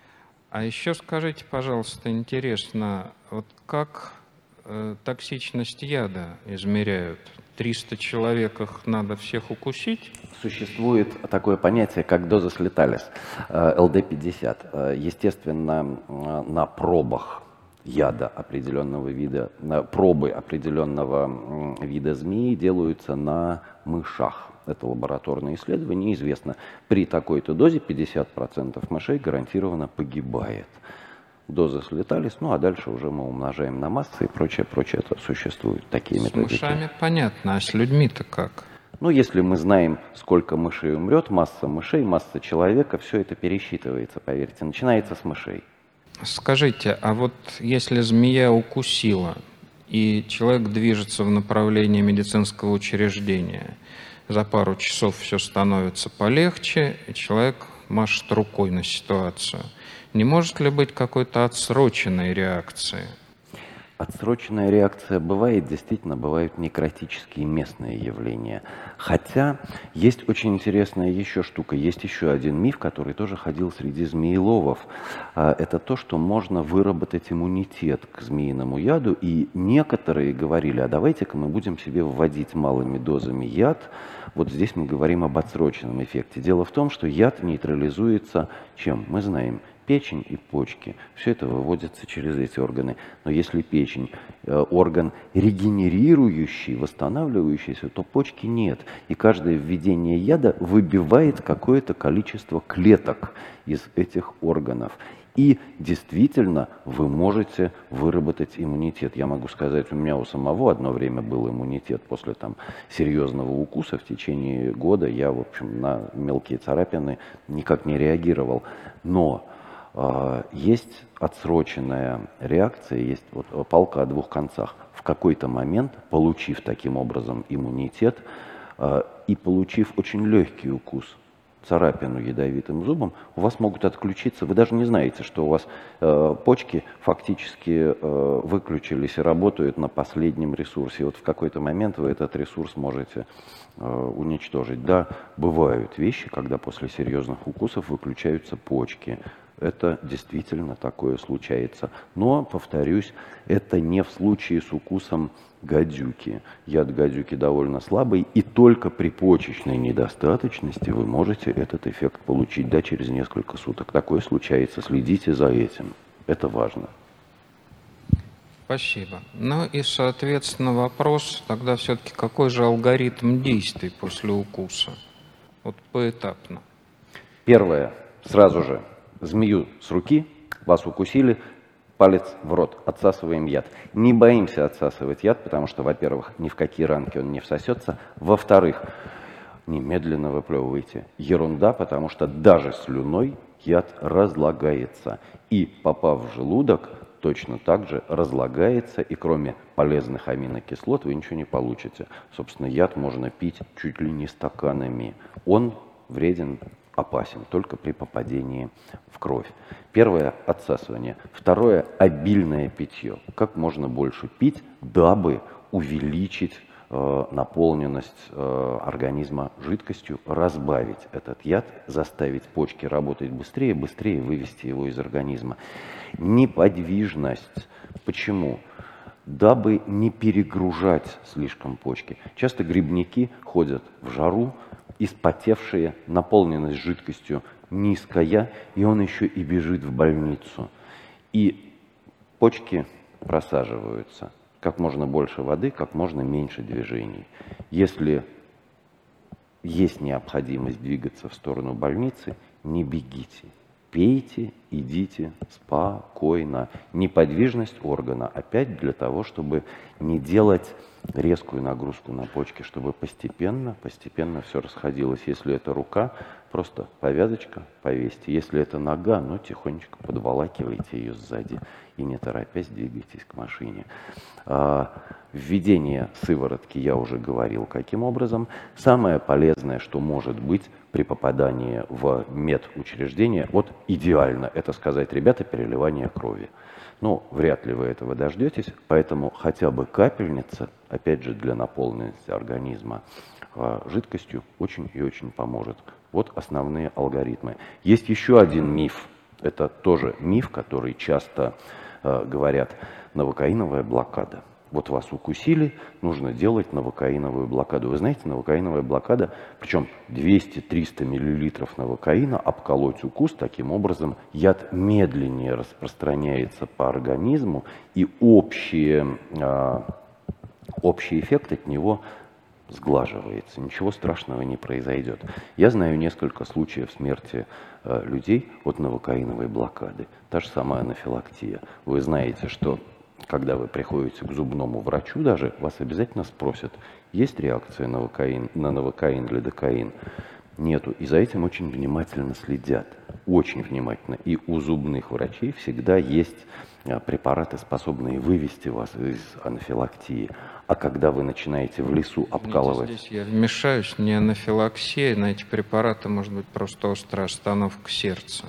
А еще скажите, пожалуйста, интересно, вот как э, токсичность яда измеряют? триста человек, их надо всех укусить? Существует такое понятие, как доза леталис, эл дэ пятьдесят. Естественно, на пробах яда определенного вида, на пробы определенного вида змеи делаются на мышах. Это лабораторное исследование. Известно, при такой-то дозе пятьдесят процентов мышей гарантированно погибает. Доза слетались, ну а дальше уже мы умножаем на массы и прочее, прочее. Это существуют такие методики. С мышами понятно, а с людьми-то как? Ну, если мы знаем, сколько мышей умрет, масса мышей, масса человека, все это пересчитывается, поверьте. Начинается с мышей. Скажите, а вот если змея укусила, и человек движется в направлении медицинского учреждения, за пару часов все становится полегче, и человек машет рукой на ситуацию. Не может ли быть какой-то отсроченной реакции? Отсроченная реакция бывает, действительно, бывают некротические местные явления. Хотя есть очень интересная еще штука, есть еще один миф, который тоже ходил среди змееловов. Это то, что можно выработать иммунитет к змеиному яду, и некоторые говорили, а давайте-ка мы будем себе вводить малыми дозами яд. Вот здесь мы говорим об отсроченном эффекте. Дело в том, что яд нейтрализуется чем? Мы знаем, печень и почки. Все это выводится через эти органы. Но если печень э, орган регенерирующий, восстанавливающийся, то почки нет. И каждое введение яда выбивает какое-то количество клеток из этих органов. И действительно вы можете выработать иммунитет. Я могу сказать, у меня у самого одно время был иммунитет после там, серьезного укуса. В течение года я, в общем, на мелкие царапины никак не реагировал. Но есть отсроченная реакция, есть вот палка о двух концах. В какой-то момент, получив таким образом иммунитет и получив очень легкий укус, царапину ядовитым зубом, у вас могут отключиться, вы даже не знаете, что у вас э, почки фактически э, выключились и работают на последнем ресурсе. И вот в какой-то момент вы этот ресурс можете э, уничтожить. Да, бывают вещи, когда после серьезных укусов выключаются почки. Это действительно такое случается. Но, повторюсь, это не в случае с укусом гадюки. Яд гадюки довольно слабый, и только при почечной недостаточности вы можете этот эффект получить, да, через несколько суток. Такое случается, следите за этим. Это важно. Спасибо. Ну и, соответственно, вопрос тогда все-таки, какой же алгоритм действий после укуса? Вот поэтапно. Первое. Сразу же. Змею с руки, вас укусили, палец в рот, отсасываем яд. Не боимся отсасывать яд, потому что, во-первых, ни в какие ранки он не всосется. Во-вторых, немедленно выплевывайте. Ерунда, потому что даже слюной яд разлагается. И, попав в желудок, точно так же разлагается, и кроме полезных аминокислот вы ничего не получите. Собственно, яд можно пить чуть ли не стаканами. Он вреден, опасен только при попадении в кровь. Первое – отсасывание. Второе – обильное питье. Как можно больше пить, дабы увеличить э, наполненность э, организма жидкостью, разбавить этот яд, заставить почки работать быстрее, быстрее вывести его из организма. Неподвижность. Почему? Дабы не перегружать слишком почки. Часто грибники ходят в жару, испотевшие, наполненность жидкостью низкая, и он еще и бежит в больницу. И почки просаживаются. Как можно больше воды, как можно меньше движений. Если есть необходимость двигаться в сторону больницы, не бегите. Пейте, идите спокойно. Неподвижность органа опять для того, чтобы не делать резкую нагрузку на почки, чтобы постепенно, постепенно все расходилось. Если это рука, просто повязочка повесьте. Если это нога, ну тихонечко подволакивайте ее сзади и не торопясь двигайтесь к машине. А, введение сыворотки я уже говорил, каким образом. Самое полезное, что может быть при попадании в медучреждение, вот идеально, это сказать, ребята, переливание крови. Ну, вряд ли вы этого дождетесь, поэтому хотя бы капельница, опять же, для наполненности организма жидкостью очень и очень поможет. Вот основные алгоритмы. Есть еще один миф, Это тоже миф, который часто э, говорят: новокаиновая блокада. Вот вас укусили, нужно делать новокаиновую блокаду. Вы знаете, новокаиновая блокада, причем двести-триста миллилитров новокаина обколоть укус, таким образом яд медленнее распространяется по организму, и общие, э, общий эффект от него сглаживается, ничего страшного не произойдет. Я знаю несколько случаев смерти э, людей от новокаиновой блокады. Та же самая анафилактия. Вы знаете, что когда вы приходите к зубному врачу даже, вас обязательно спросят, есть реакция новокаин, на новокаин, лидокаин? Нету. И за этим очень внимательно следят. Очень внимательно. И у зубных врачей всегда есть препараты, способные вывести вас из анафилактии. А когда вы начинаете в лесу обкалывать... Здесь я вмешаюсь, не анафилаксия, на эти препараты может быть просто острая остановка сердца.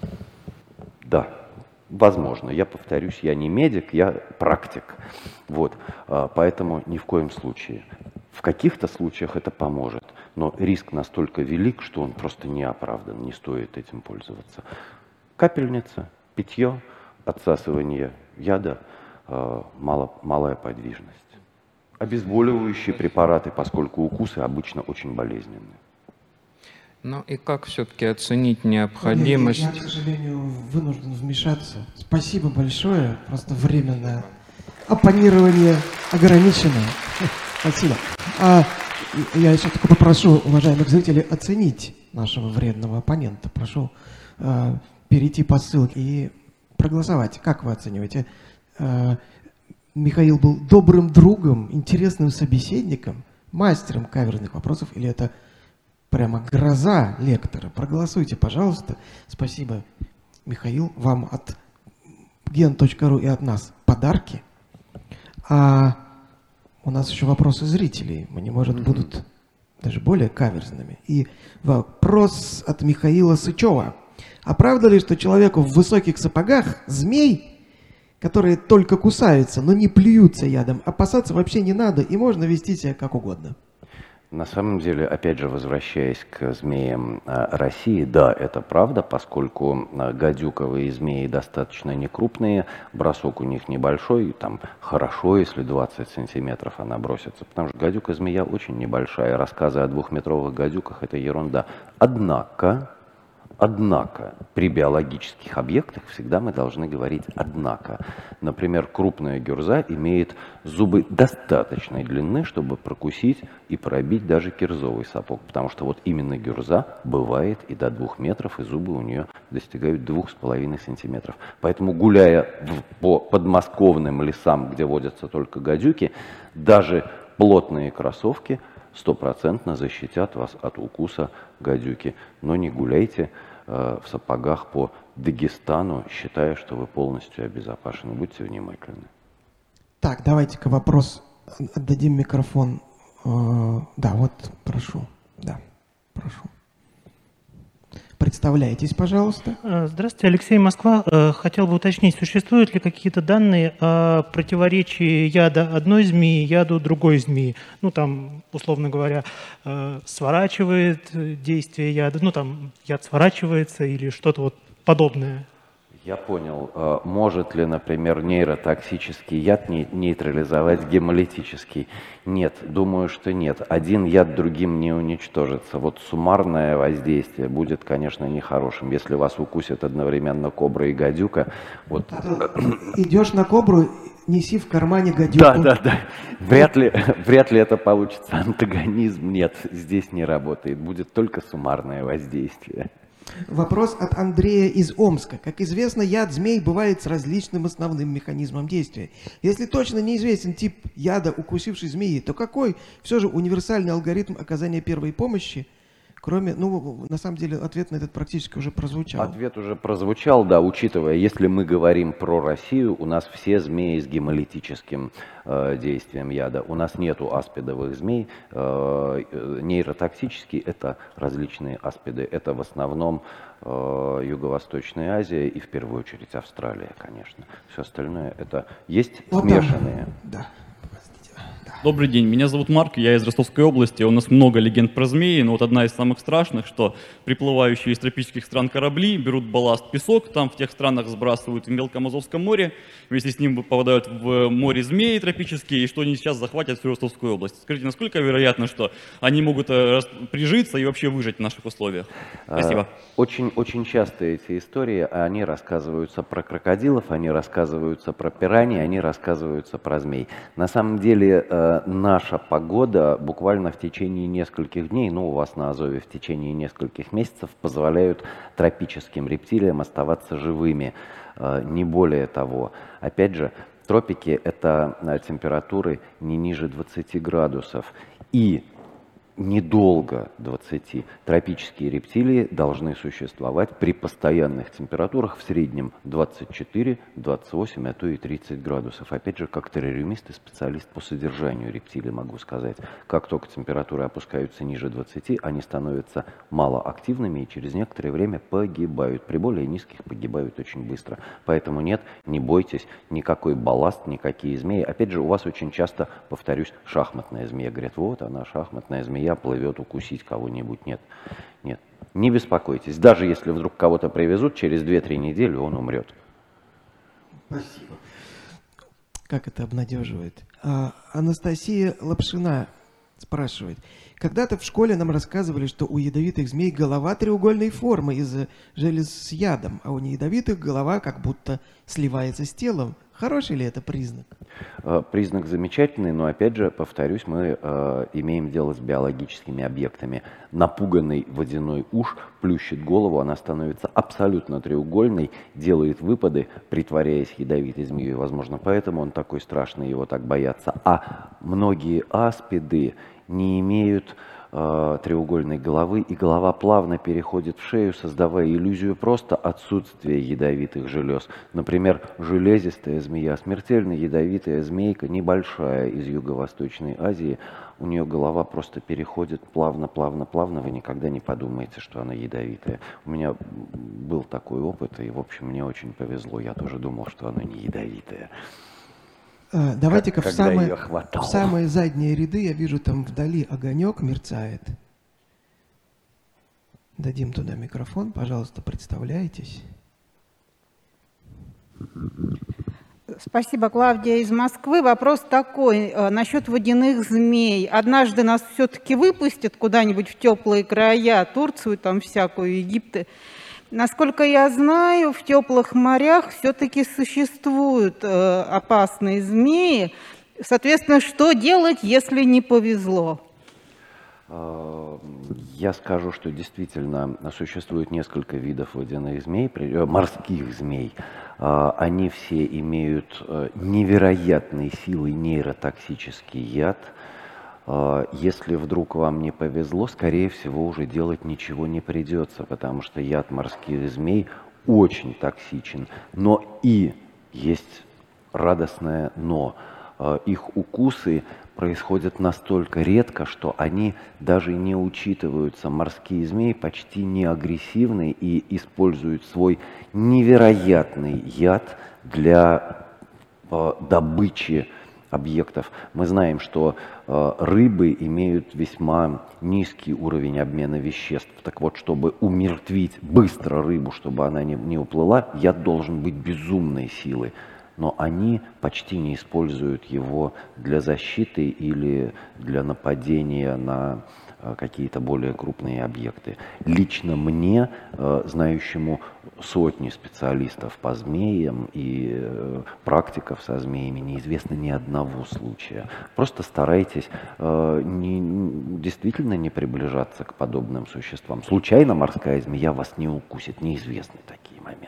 Да. Возможно, я повторюсь, я не медик, я практик. Вот. Поэтому ни в коем случае. В каких-то случаях это поможет, но риск настолько велик, что он просто не оправдан, не стоит этим пользоваться. Капельница, питье, отсасывание яда, мало, малая подвижность. Обезболивающие препараты, поскольку укусы обычно очень болезненные. Ну и как все-таки оценить необходимость? Я, я, к сожалению, вынужден вмешаться. Спасибо большое. Просто время на оппонирование ограничено. Спасибо. А, я сейчас только попрошу уважаемых зрителей оценить нашего вредного оппонента. Прошу а, перейти по ссылке и проголосовать. Как вы оцениваете? А, Михаил был добрым другом, интересным собеседником, мастером каверзных вопросов, или это прямо гроза лектора? Проголосуйте, пожалуйста. Спасибо, Михаил. Вам от ген точка ру и от нас подарки. А у нас еще вопросы зрителей. Они, может, mm-hmm. будут даже более каверзными. И вопрос от Михаила Сычева. А правда ли, что человеку в высоких сапогах змей, которые только кусаются, но не плюются ядом, опасаться вообще не надо, и можно вести себя как угодно? На самом деле, опять же, возвращаясь к змеям России, да, это правда, поскольку гадюковые змеи достаточно некрупные, бросок у них небольшой, там хорошо, если двадцать сантиметров она бросится, потому что гадюка-змея очень небольшая, рассказы о двухметровых гадюках – это ерунда. Однако, однако, при биологических объектах всегда мы должны говорить «однако». Например, крупная гюрза имеет зубы достаточной длины, чтобы прокусить и пробить даже кирзовый сапог, потому что вот именно гюрза бывает и до двух метров, и зубы у нее достигают двух с половиной сантиметров. Поэтому, гуляя в, по подмосковным лесам, где водятся только гадюки, даже плотные кроссовки стопроцентно защитят вас от укуса гадюки. Но не гуляйте э, в сапогах по Дагестану, считая, что вы полностью обезопасены. Будьте внимательны. Так, давайте-ка вопрос. Отдадим микрофон. Э, да, вот, прошу. Да, прошу. Представляйтесь, пожалуйста. Здравствуйте, Алексей, Москва. Хотел бы уточнить, существуют ли какие-то данные о противоречии яда одной змеи яду другой змеи? Ну, там, условно говоря, сворачивает действие яда, ну, там, яд сворачивается или что-то вот подобное. Я понял. Может ли, например, нейротоксический яд нейтрализовать гемолитический? Нет, думаю, что нет. Один яд другим не уничтожится. Вот суммарное воздействие будет, конечно, нехорошим. Если вас укусит одновременно кобра и гадюка... Вот... Идешь на кобру, неси в кармане гадюку. Да, да, да. Вряд ли, вряд ли это получится. Антагонизм нет, здесь не работает. Будет только суммарное воздействие. Вопрос от Андрея из Омска. Как известно, яд змей бывает с различным основным механизмом действия. Если точно неизвестен тип яда укусившей змеи, то какой все же универсальный алгоритм оказания первой помощи? Кроме, ну, на самом деле, ответ на этот практически уже прозвучал. Ответ уже прозвучал, да, учитывая, если мы говорим про Россию, у нас все змеи с гемолитическим э, действием яда. У нас нету аспидовых змей. Э, нейротоксические – это различные аспиды. Это в основном э, Юго-Восточная Азия и, в первую очередь, Австралия, конечно. Все остальное – это есть вот смешанные. Там. Да. Да. Добрый день, меня зовут Марк, я из Ростовской области. У нас много легенд про змеи, но вот одна из самых страшных, что приплывающие из тропических стран корабли берут балласт песок, там в тех странах сбрасывают в Мелком Азовском море, вместе с ним попадают в море змеи тропические, и что они сейчас захватят всю Ростовскую область. Скажите, насколько вероятно, что они могут прижиться и вообще выжить в наших условиях? Спасибо. Очень, очень часто эти истории, они рассказываются про крокодилов, они рассказываются про пираний, они рассказываются про змей. На самом деле наша погода буквально в течение нескольких дней, ну у вас на Азове в течение нескольких месяцев позволяют тропическим рептилиям оставаться живыми, не более того. Опять же, тропики — это температуры не ниже двадцати градусов и недолго двадцати. Тропические рептилии должны существовать при постоянных температурах в среднем двадцать четыре, двадцать восемь, а то и тридцать градусов. Опять же, как террариумист и специалист по содержанию рептилий могу сказать, как только температуры опускаются ниже двадцати, они становятся малоактивными и через некоторое время погибают. При более низких погибают очень быстро. Поэтому нет, не бойтесь, никакой балласт, никакие змеи. Опять же, у вас очень часто, повторюсь, шахматная змея. Говорят, вот она, шахматная змея, плывет укусить кого-нибудь. Нет, нет, не беспокойтесь. Даже если вдруг кого-то привезут, через две-три недели он умрет. Спасибо. Как это обнадеживает. А, Анастасия Лапшина спрашивает. Когда-то в школе нам рассказывали, что у ядовитых змей голова треугольной формы из-за желез с ядом, а у неядовитых голова как будто сливается с телом. Хороший ли это признак? Признак замечательный, но опять же, повторюсь, мы э, имеем дело с биологическими объектами. Напуганный водяной уж плющит голову, она становится абсолютно треугольной, делает выпады, притворяясь ядовитой змеей. Возможно, поэтому он такой страшный, его так боятся. А многие аспиды не имеют э, треугольной головы, и голова плавно переходит в шею, создавая иллюзию просто отсутствия ядовитых желез. Например, железистая змея, смертельно ядовитая змейка, небольшая, из Юго-Восточной Азии, у нее голова просто переходит плавно, плавно, плавно, вы никогда не подумаете, что она ядовитая. У меня был такой опыт, и, в общем, мне очень повезло, я тоже думал, что она не ядовитая. Давайте-ка в самые, в самые задние ряды, я вижу, там вдали огонек мерцает. Дадим туда микрофон, пожалуйста, представляйтесь. Спасибо, Клавдия из Москвы. Вопрос такой, э, насчет водяных змей. Однажды нас все-таки выпустят куда-нибудь в теплые края, Турцию, там всякую, Египет. Насколько я знаю, в теплых морях все-таки существуют э, опасные змеи. Соответственно, что делать, если не повезло? Я скажу, что действительно существует несколько видов водяных змей, морских змей. Они все имеют невероятной силы нейротоксический яд. Если вдруг вам не повезло, скорее всего, уже делать ничего не придется, потому что яд морских змей очень токсичен. Но и есть радостное «но». Их укусы происходят настолько редко, что они даже не учитываются. Морские змеи почти не агрессивны и используют свой невероятный яд для добычи объектов. Мы знаем, что э, рыбы имеют весьма низкий уровень обмена веществ. Так вот, чтобы умертвить быстро рыбу, чтобы она не, не уплыла, яд должен быть безумной силы. Но они почти не используют его для защиты или для нападения на э, какие-то более крупные объекты. Лично мне, э, знающему сотни специалистов по змеям и э, практиков со змеями, неизвестно ни одного случая. Просто старайтесь э, не, действительно не приближаться к подобным существам. Случайно морская змея вас не укусит, неизвестны такие моменты.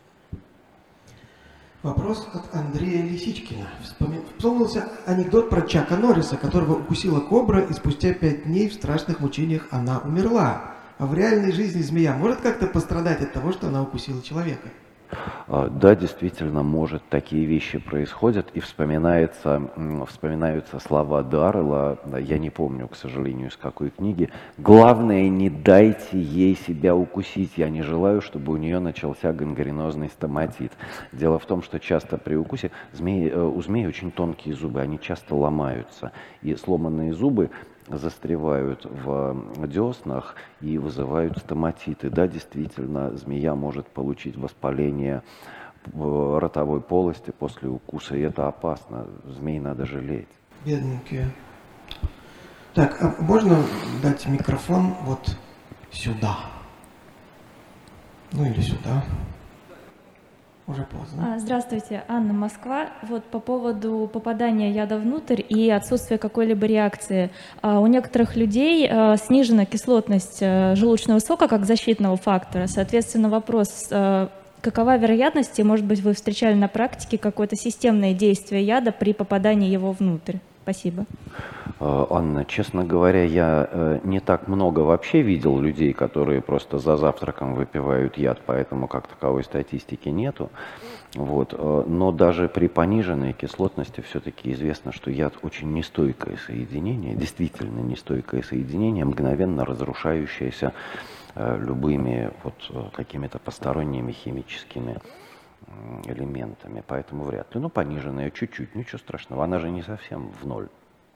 Вопрос от Андрея Лисичкина. Вспомнился анекдот про Чака Норриса, которого укусила кобра, и спустя пять дней в страшных мучениях она умерла. А в реальной жизни змея может как-то пострадать от того, что она укусила человека? Да, действительно, может, такие вещи происходят, и вспоминается, вспоминаются слова Даррелла, я не помню, к сожалению, из какой книги. «Главное, не дайте ей себя укусить, я не желаю, чтобы у нее начался гангренозный стоматит». Дело в том, что часто при укусе змеи, у змей очень тонкие зубы, они часто ломаются, и сломанные зубы застревают в деснах и вызывают стоматиты. Да, действительно, змея может получить воспаление в ротовой полости после укуса, и это опасно. Змей надо жалеть. Бедненькие. Так, а можно дать микрофон вот сюда? Ну или сюда. Уже поздно. Здравствуйте, Анна, Москва. Вот по поводу попадания яда внутрь и отсутствия какой-либо реакции. У некоторых людей снижена кислотность желудочного сока как защитного фактора. Соответственно, вопрос, какова вероятность, и, может быть, вы встречали на практике какое-то системное действие яда при попадании его внутрь? Спасибо. Анна, честно говоря, я не так много вообще видел людей, которые просто за завтраком выпивают яд, поэтому как таковой статистики нету. Вот. Но даже при пониженной кислотности все-таки известно, что яд очень нестойкое соединение, действительно нестойкое соединение, мгновенно разрушающееся любыми вот какими-то посторонними химическими элементами, поэтому вряд ли. Ну, пониженная чуть-чуть, ничего страшного, она же не совсем в ноль.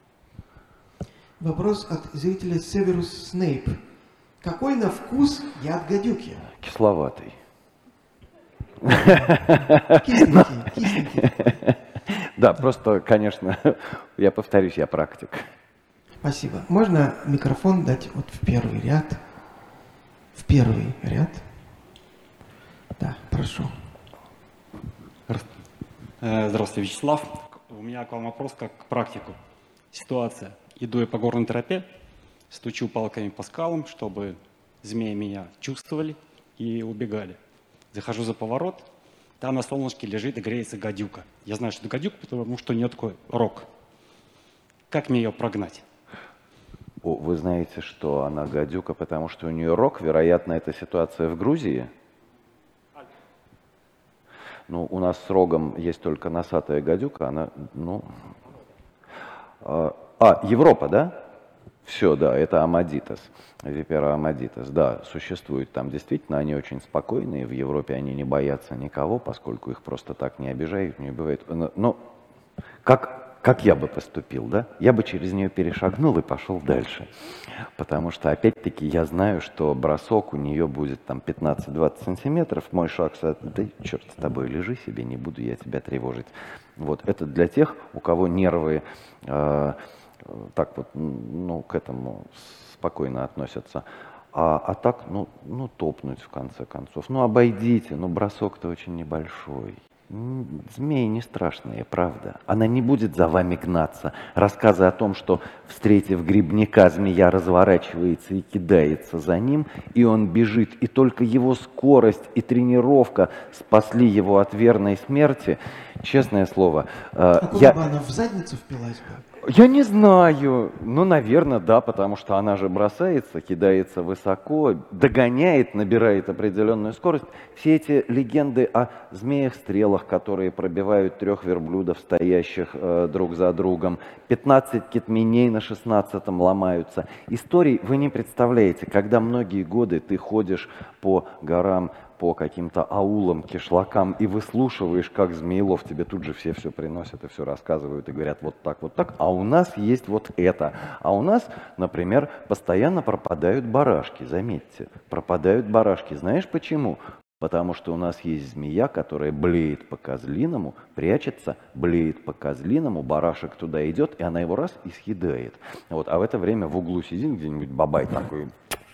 Вопрос от зрителя Северус Снейп. Какой на вкус яд гадюки? Кисловатый. Кисленький, кисленький. Да, просто, конечно, я повторюсь, я практик. Спасибо. Можно микрофон дать вот в первый ряд? В первый ряд. Да, прошу. Здравствуйте, Вячеслав. У меня к вам вопрос как к практику. Ситуация. Иду я по горной тропе, стучу палками по скалам, чтобы змеи меня чувствовали и убегали. Захожу за поворот, там на солнышке лежит и греется гадюка. Я знаю, что это гадюка, потому что у нее такой рог. Как мне ее прогнать? О, вы знаете, что она гадюка, потому что у нее рог? Вероятно, это ситуация в Грузии? Ну, у нас с рогом есть только носатая гадюка, она, ну... А, а Европа, да? Все, да, это Амадитас, Випера Амадитас, да, существует там действительно, они очень спокойные, в Европе они не боятся никого, поскольку их просто так не обижают, не убивают. Но как, как я бы поступил, да? Я бы через нее перешагнул и пошел дальше, потому что, опять-таки, я знаю, что бросок у нее будет там пятнадцать-двадцать сантиметров, мой шаг, да черт с тобой, лежи себе, не буду я тебя тревожить. Вот, это для тех, у кого нервы э, так вот, ну, к этому спокойно относятся. А, а так, ну, ну, топнуть в конце концов. Ну, обойдите, ну, бросок-то очень небольшой. Змеи не страшные, правда. Она не будет за вами гнаться. Рассказы о том, что, встретив грибника, змея разворачивается и кидается за ним, и он бежит, и только его скорость и тренировка спасли его от верной смерти, честное слово. А куда я... бы она в задницу впилась бы? Я не знаю, ну, наверное, да, потому что она же бросается, кидается высоко, догоняет, набирает определенную скорость. Все эти легенды о змеях-стрелах, которые пробивают трех верблюдов, стоящих э, друг за другом, пятнадцать кетменей на шестнадцатом ломаются. Историй вы не представляете, когда многие годы ты ходишь по горам, по каким-то аулам, кишлакам и выслушиваешь, как змеелов, тебе тут же все все приносят и все рассказывают и говорят вот так, вот так, а у нас есть вот это. А у нас, например, постоянно пропадают барашки, заметьте, пропадают барашки. Знаешь почему? Потому что у нас есть змея, которая блеет по-козлиному, прячется, блеет по-козлиному, барашек туда идет, и она его раз и съедает. Вот, а в это время в углу сидит где-нибудь бабай такой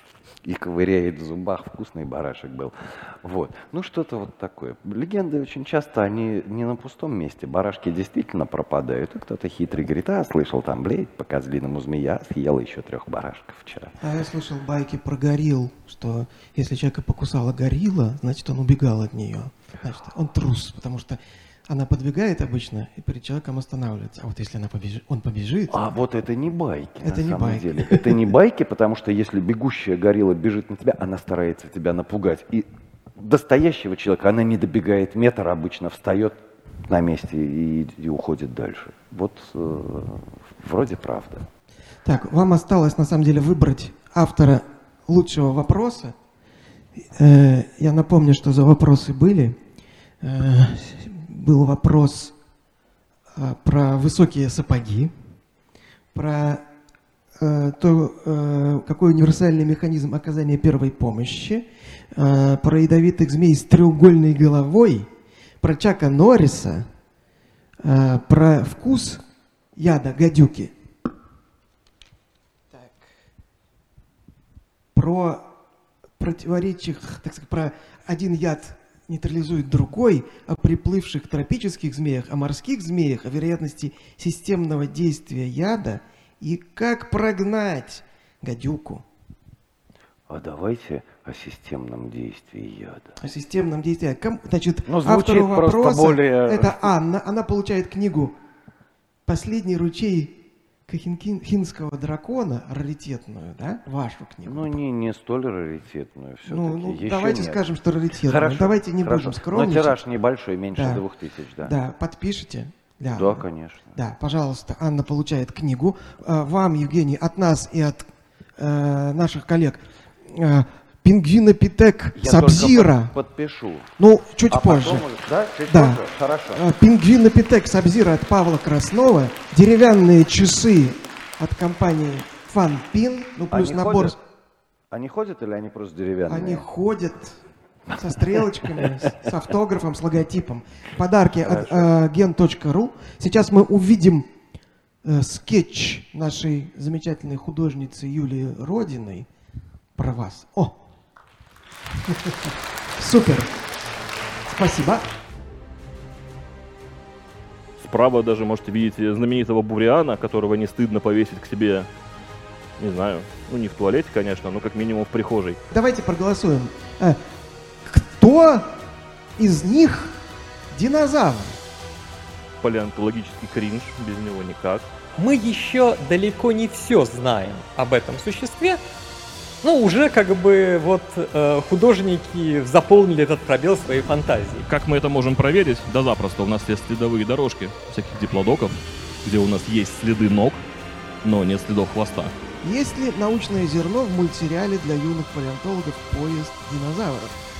и ковыряет в зубах, вкусный барашек был. Вот. Ну, что-то вот такое. Легенды очень часто, они не на пустом месте. Барашки действительно пропадают. И кто-то хитрый говорит, а, слышал, там блеет по-козлиному змея, съела еще трех барашков вчера. А я слышал байки про горилл, что если человека покусала горилла, значит, он убегал от нее. Значит, он трус, потому что она подбегает обычно и перед человеком останавливается. А вот если она побежит, он побежит... А вот это не байки, это на не самом байки. деле. Это не байки, потому что если бегущая горилла бежит на тебя, она старается тебя напугать. И до стоящего человека она не добегает метр, обычно встает на месте и, и уходит дальше. Вот э, вроде правда. Так, вам осталось на самом деле выбрать автора лучшего вопроса. Э, я напомню, что за вопросы были. Э, был вопрос э, про высокие сапоги, про э, то, э, какой универсальный механизм оказания первой помощи, э, про ядовитых змей с треугольной головой, про Чака Норриса, э, про вкус яда гадюки. Так. Про противоречиях, так сказать, про один яд нейтрализует другой, о приплывших тропических змеях, о морских змеях, о вероятности системного действия яда и как прогнать гадюку. А давайте о системном действии яда. О системном действии. Значит, ну, автору вопроса более... это Анна. Она получает книгу «Последний ручей Кахинского дракона», раритетную, да? Вашу книгу. Ну, не, не столь раритетную все-таки. Ну, ну Еще давайте нет. скажем, что раритетную. Хорошо, давайте не хорошо. будем скромничать. Но тираж небольшой, меньше да. двух тысяч, да. Да, подпишите. Да, да, конечно. Да, пожалуйста, Анна получает книгу. Вам, Евгений, от нас и от э, наших коллег э, Пингвинопитек Сабзира. Под, подпишу. Ну, чуть а позже. Потом, да, чуть да. позже. Хорошо. Э, Пингвинопитек Сабзира от Павла Краснова. Деревянные часы от компании Фанпин. Ну, плюс они набор. Ходят? Они ходят или они просто деревянные? Они ходят. Со стрелочками, с, с автографом, с логотипом. Подарки от э, ген точка ру. Сейчас мы увидим э, скетч нашей замечательной художницы Юлии Родиной про вас. О! Супер! Спасибо. Справа даже можете видеть знаменитого Буриана, которого не стыдно повесить к себе, не знаю, ну не в туалете, конечно, но как минимум в прихожей. Давайте проголосуем. Э, Кто из них динозавр? Палеонтологический кринж, без него никак. Мы еще далеко не все знаем об этом существе, но уже как бы вот э, художники заполнили этот пробел своей фантазии. Как мы это можем проверить? Да запросто. У нас есть следовые дорожки всяких диплодоков, где у нас есть следы ног, но нет следов хвоста. Есть ли научное зерно в мультсериале для юных палеонтологов «Поезд динозавров»?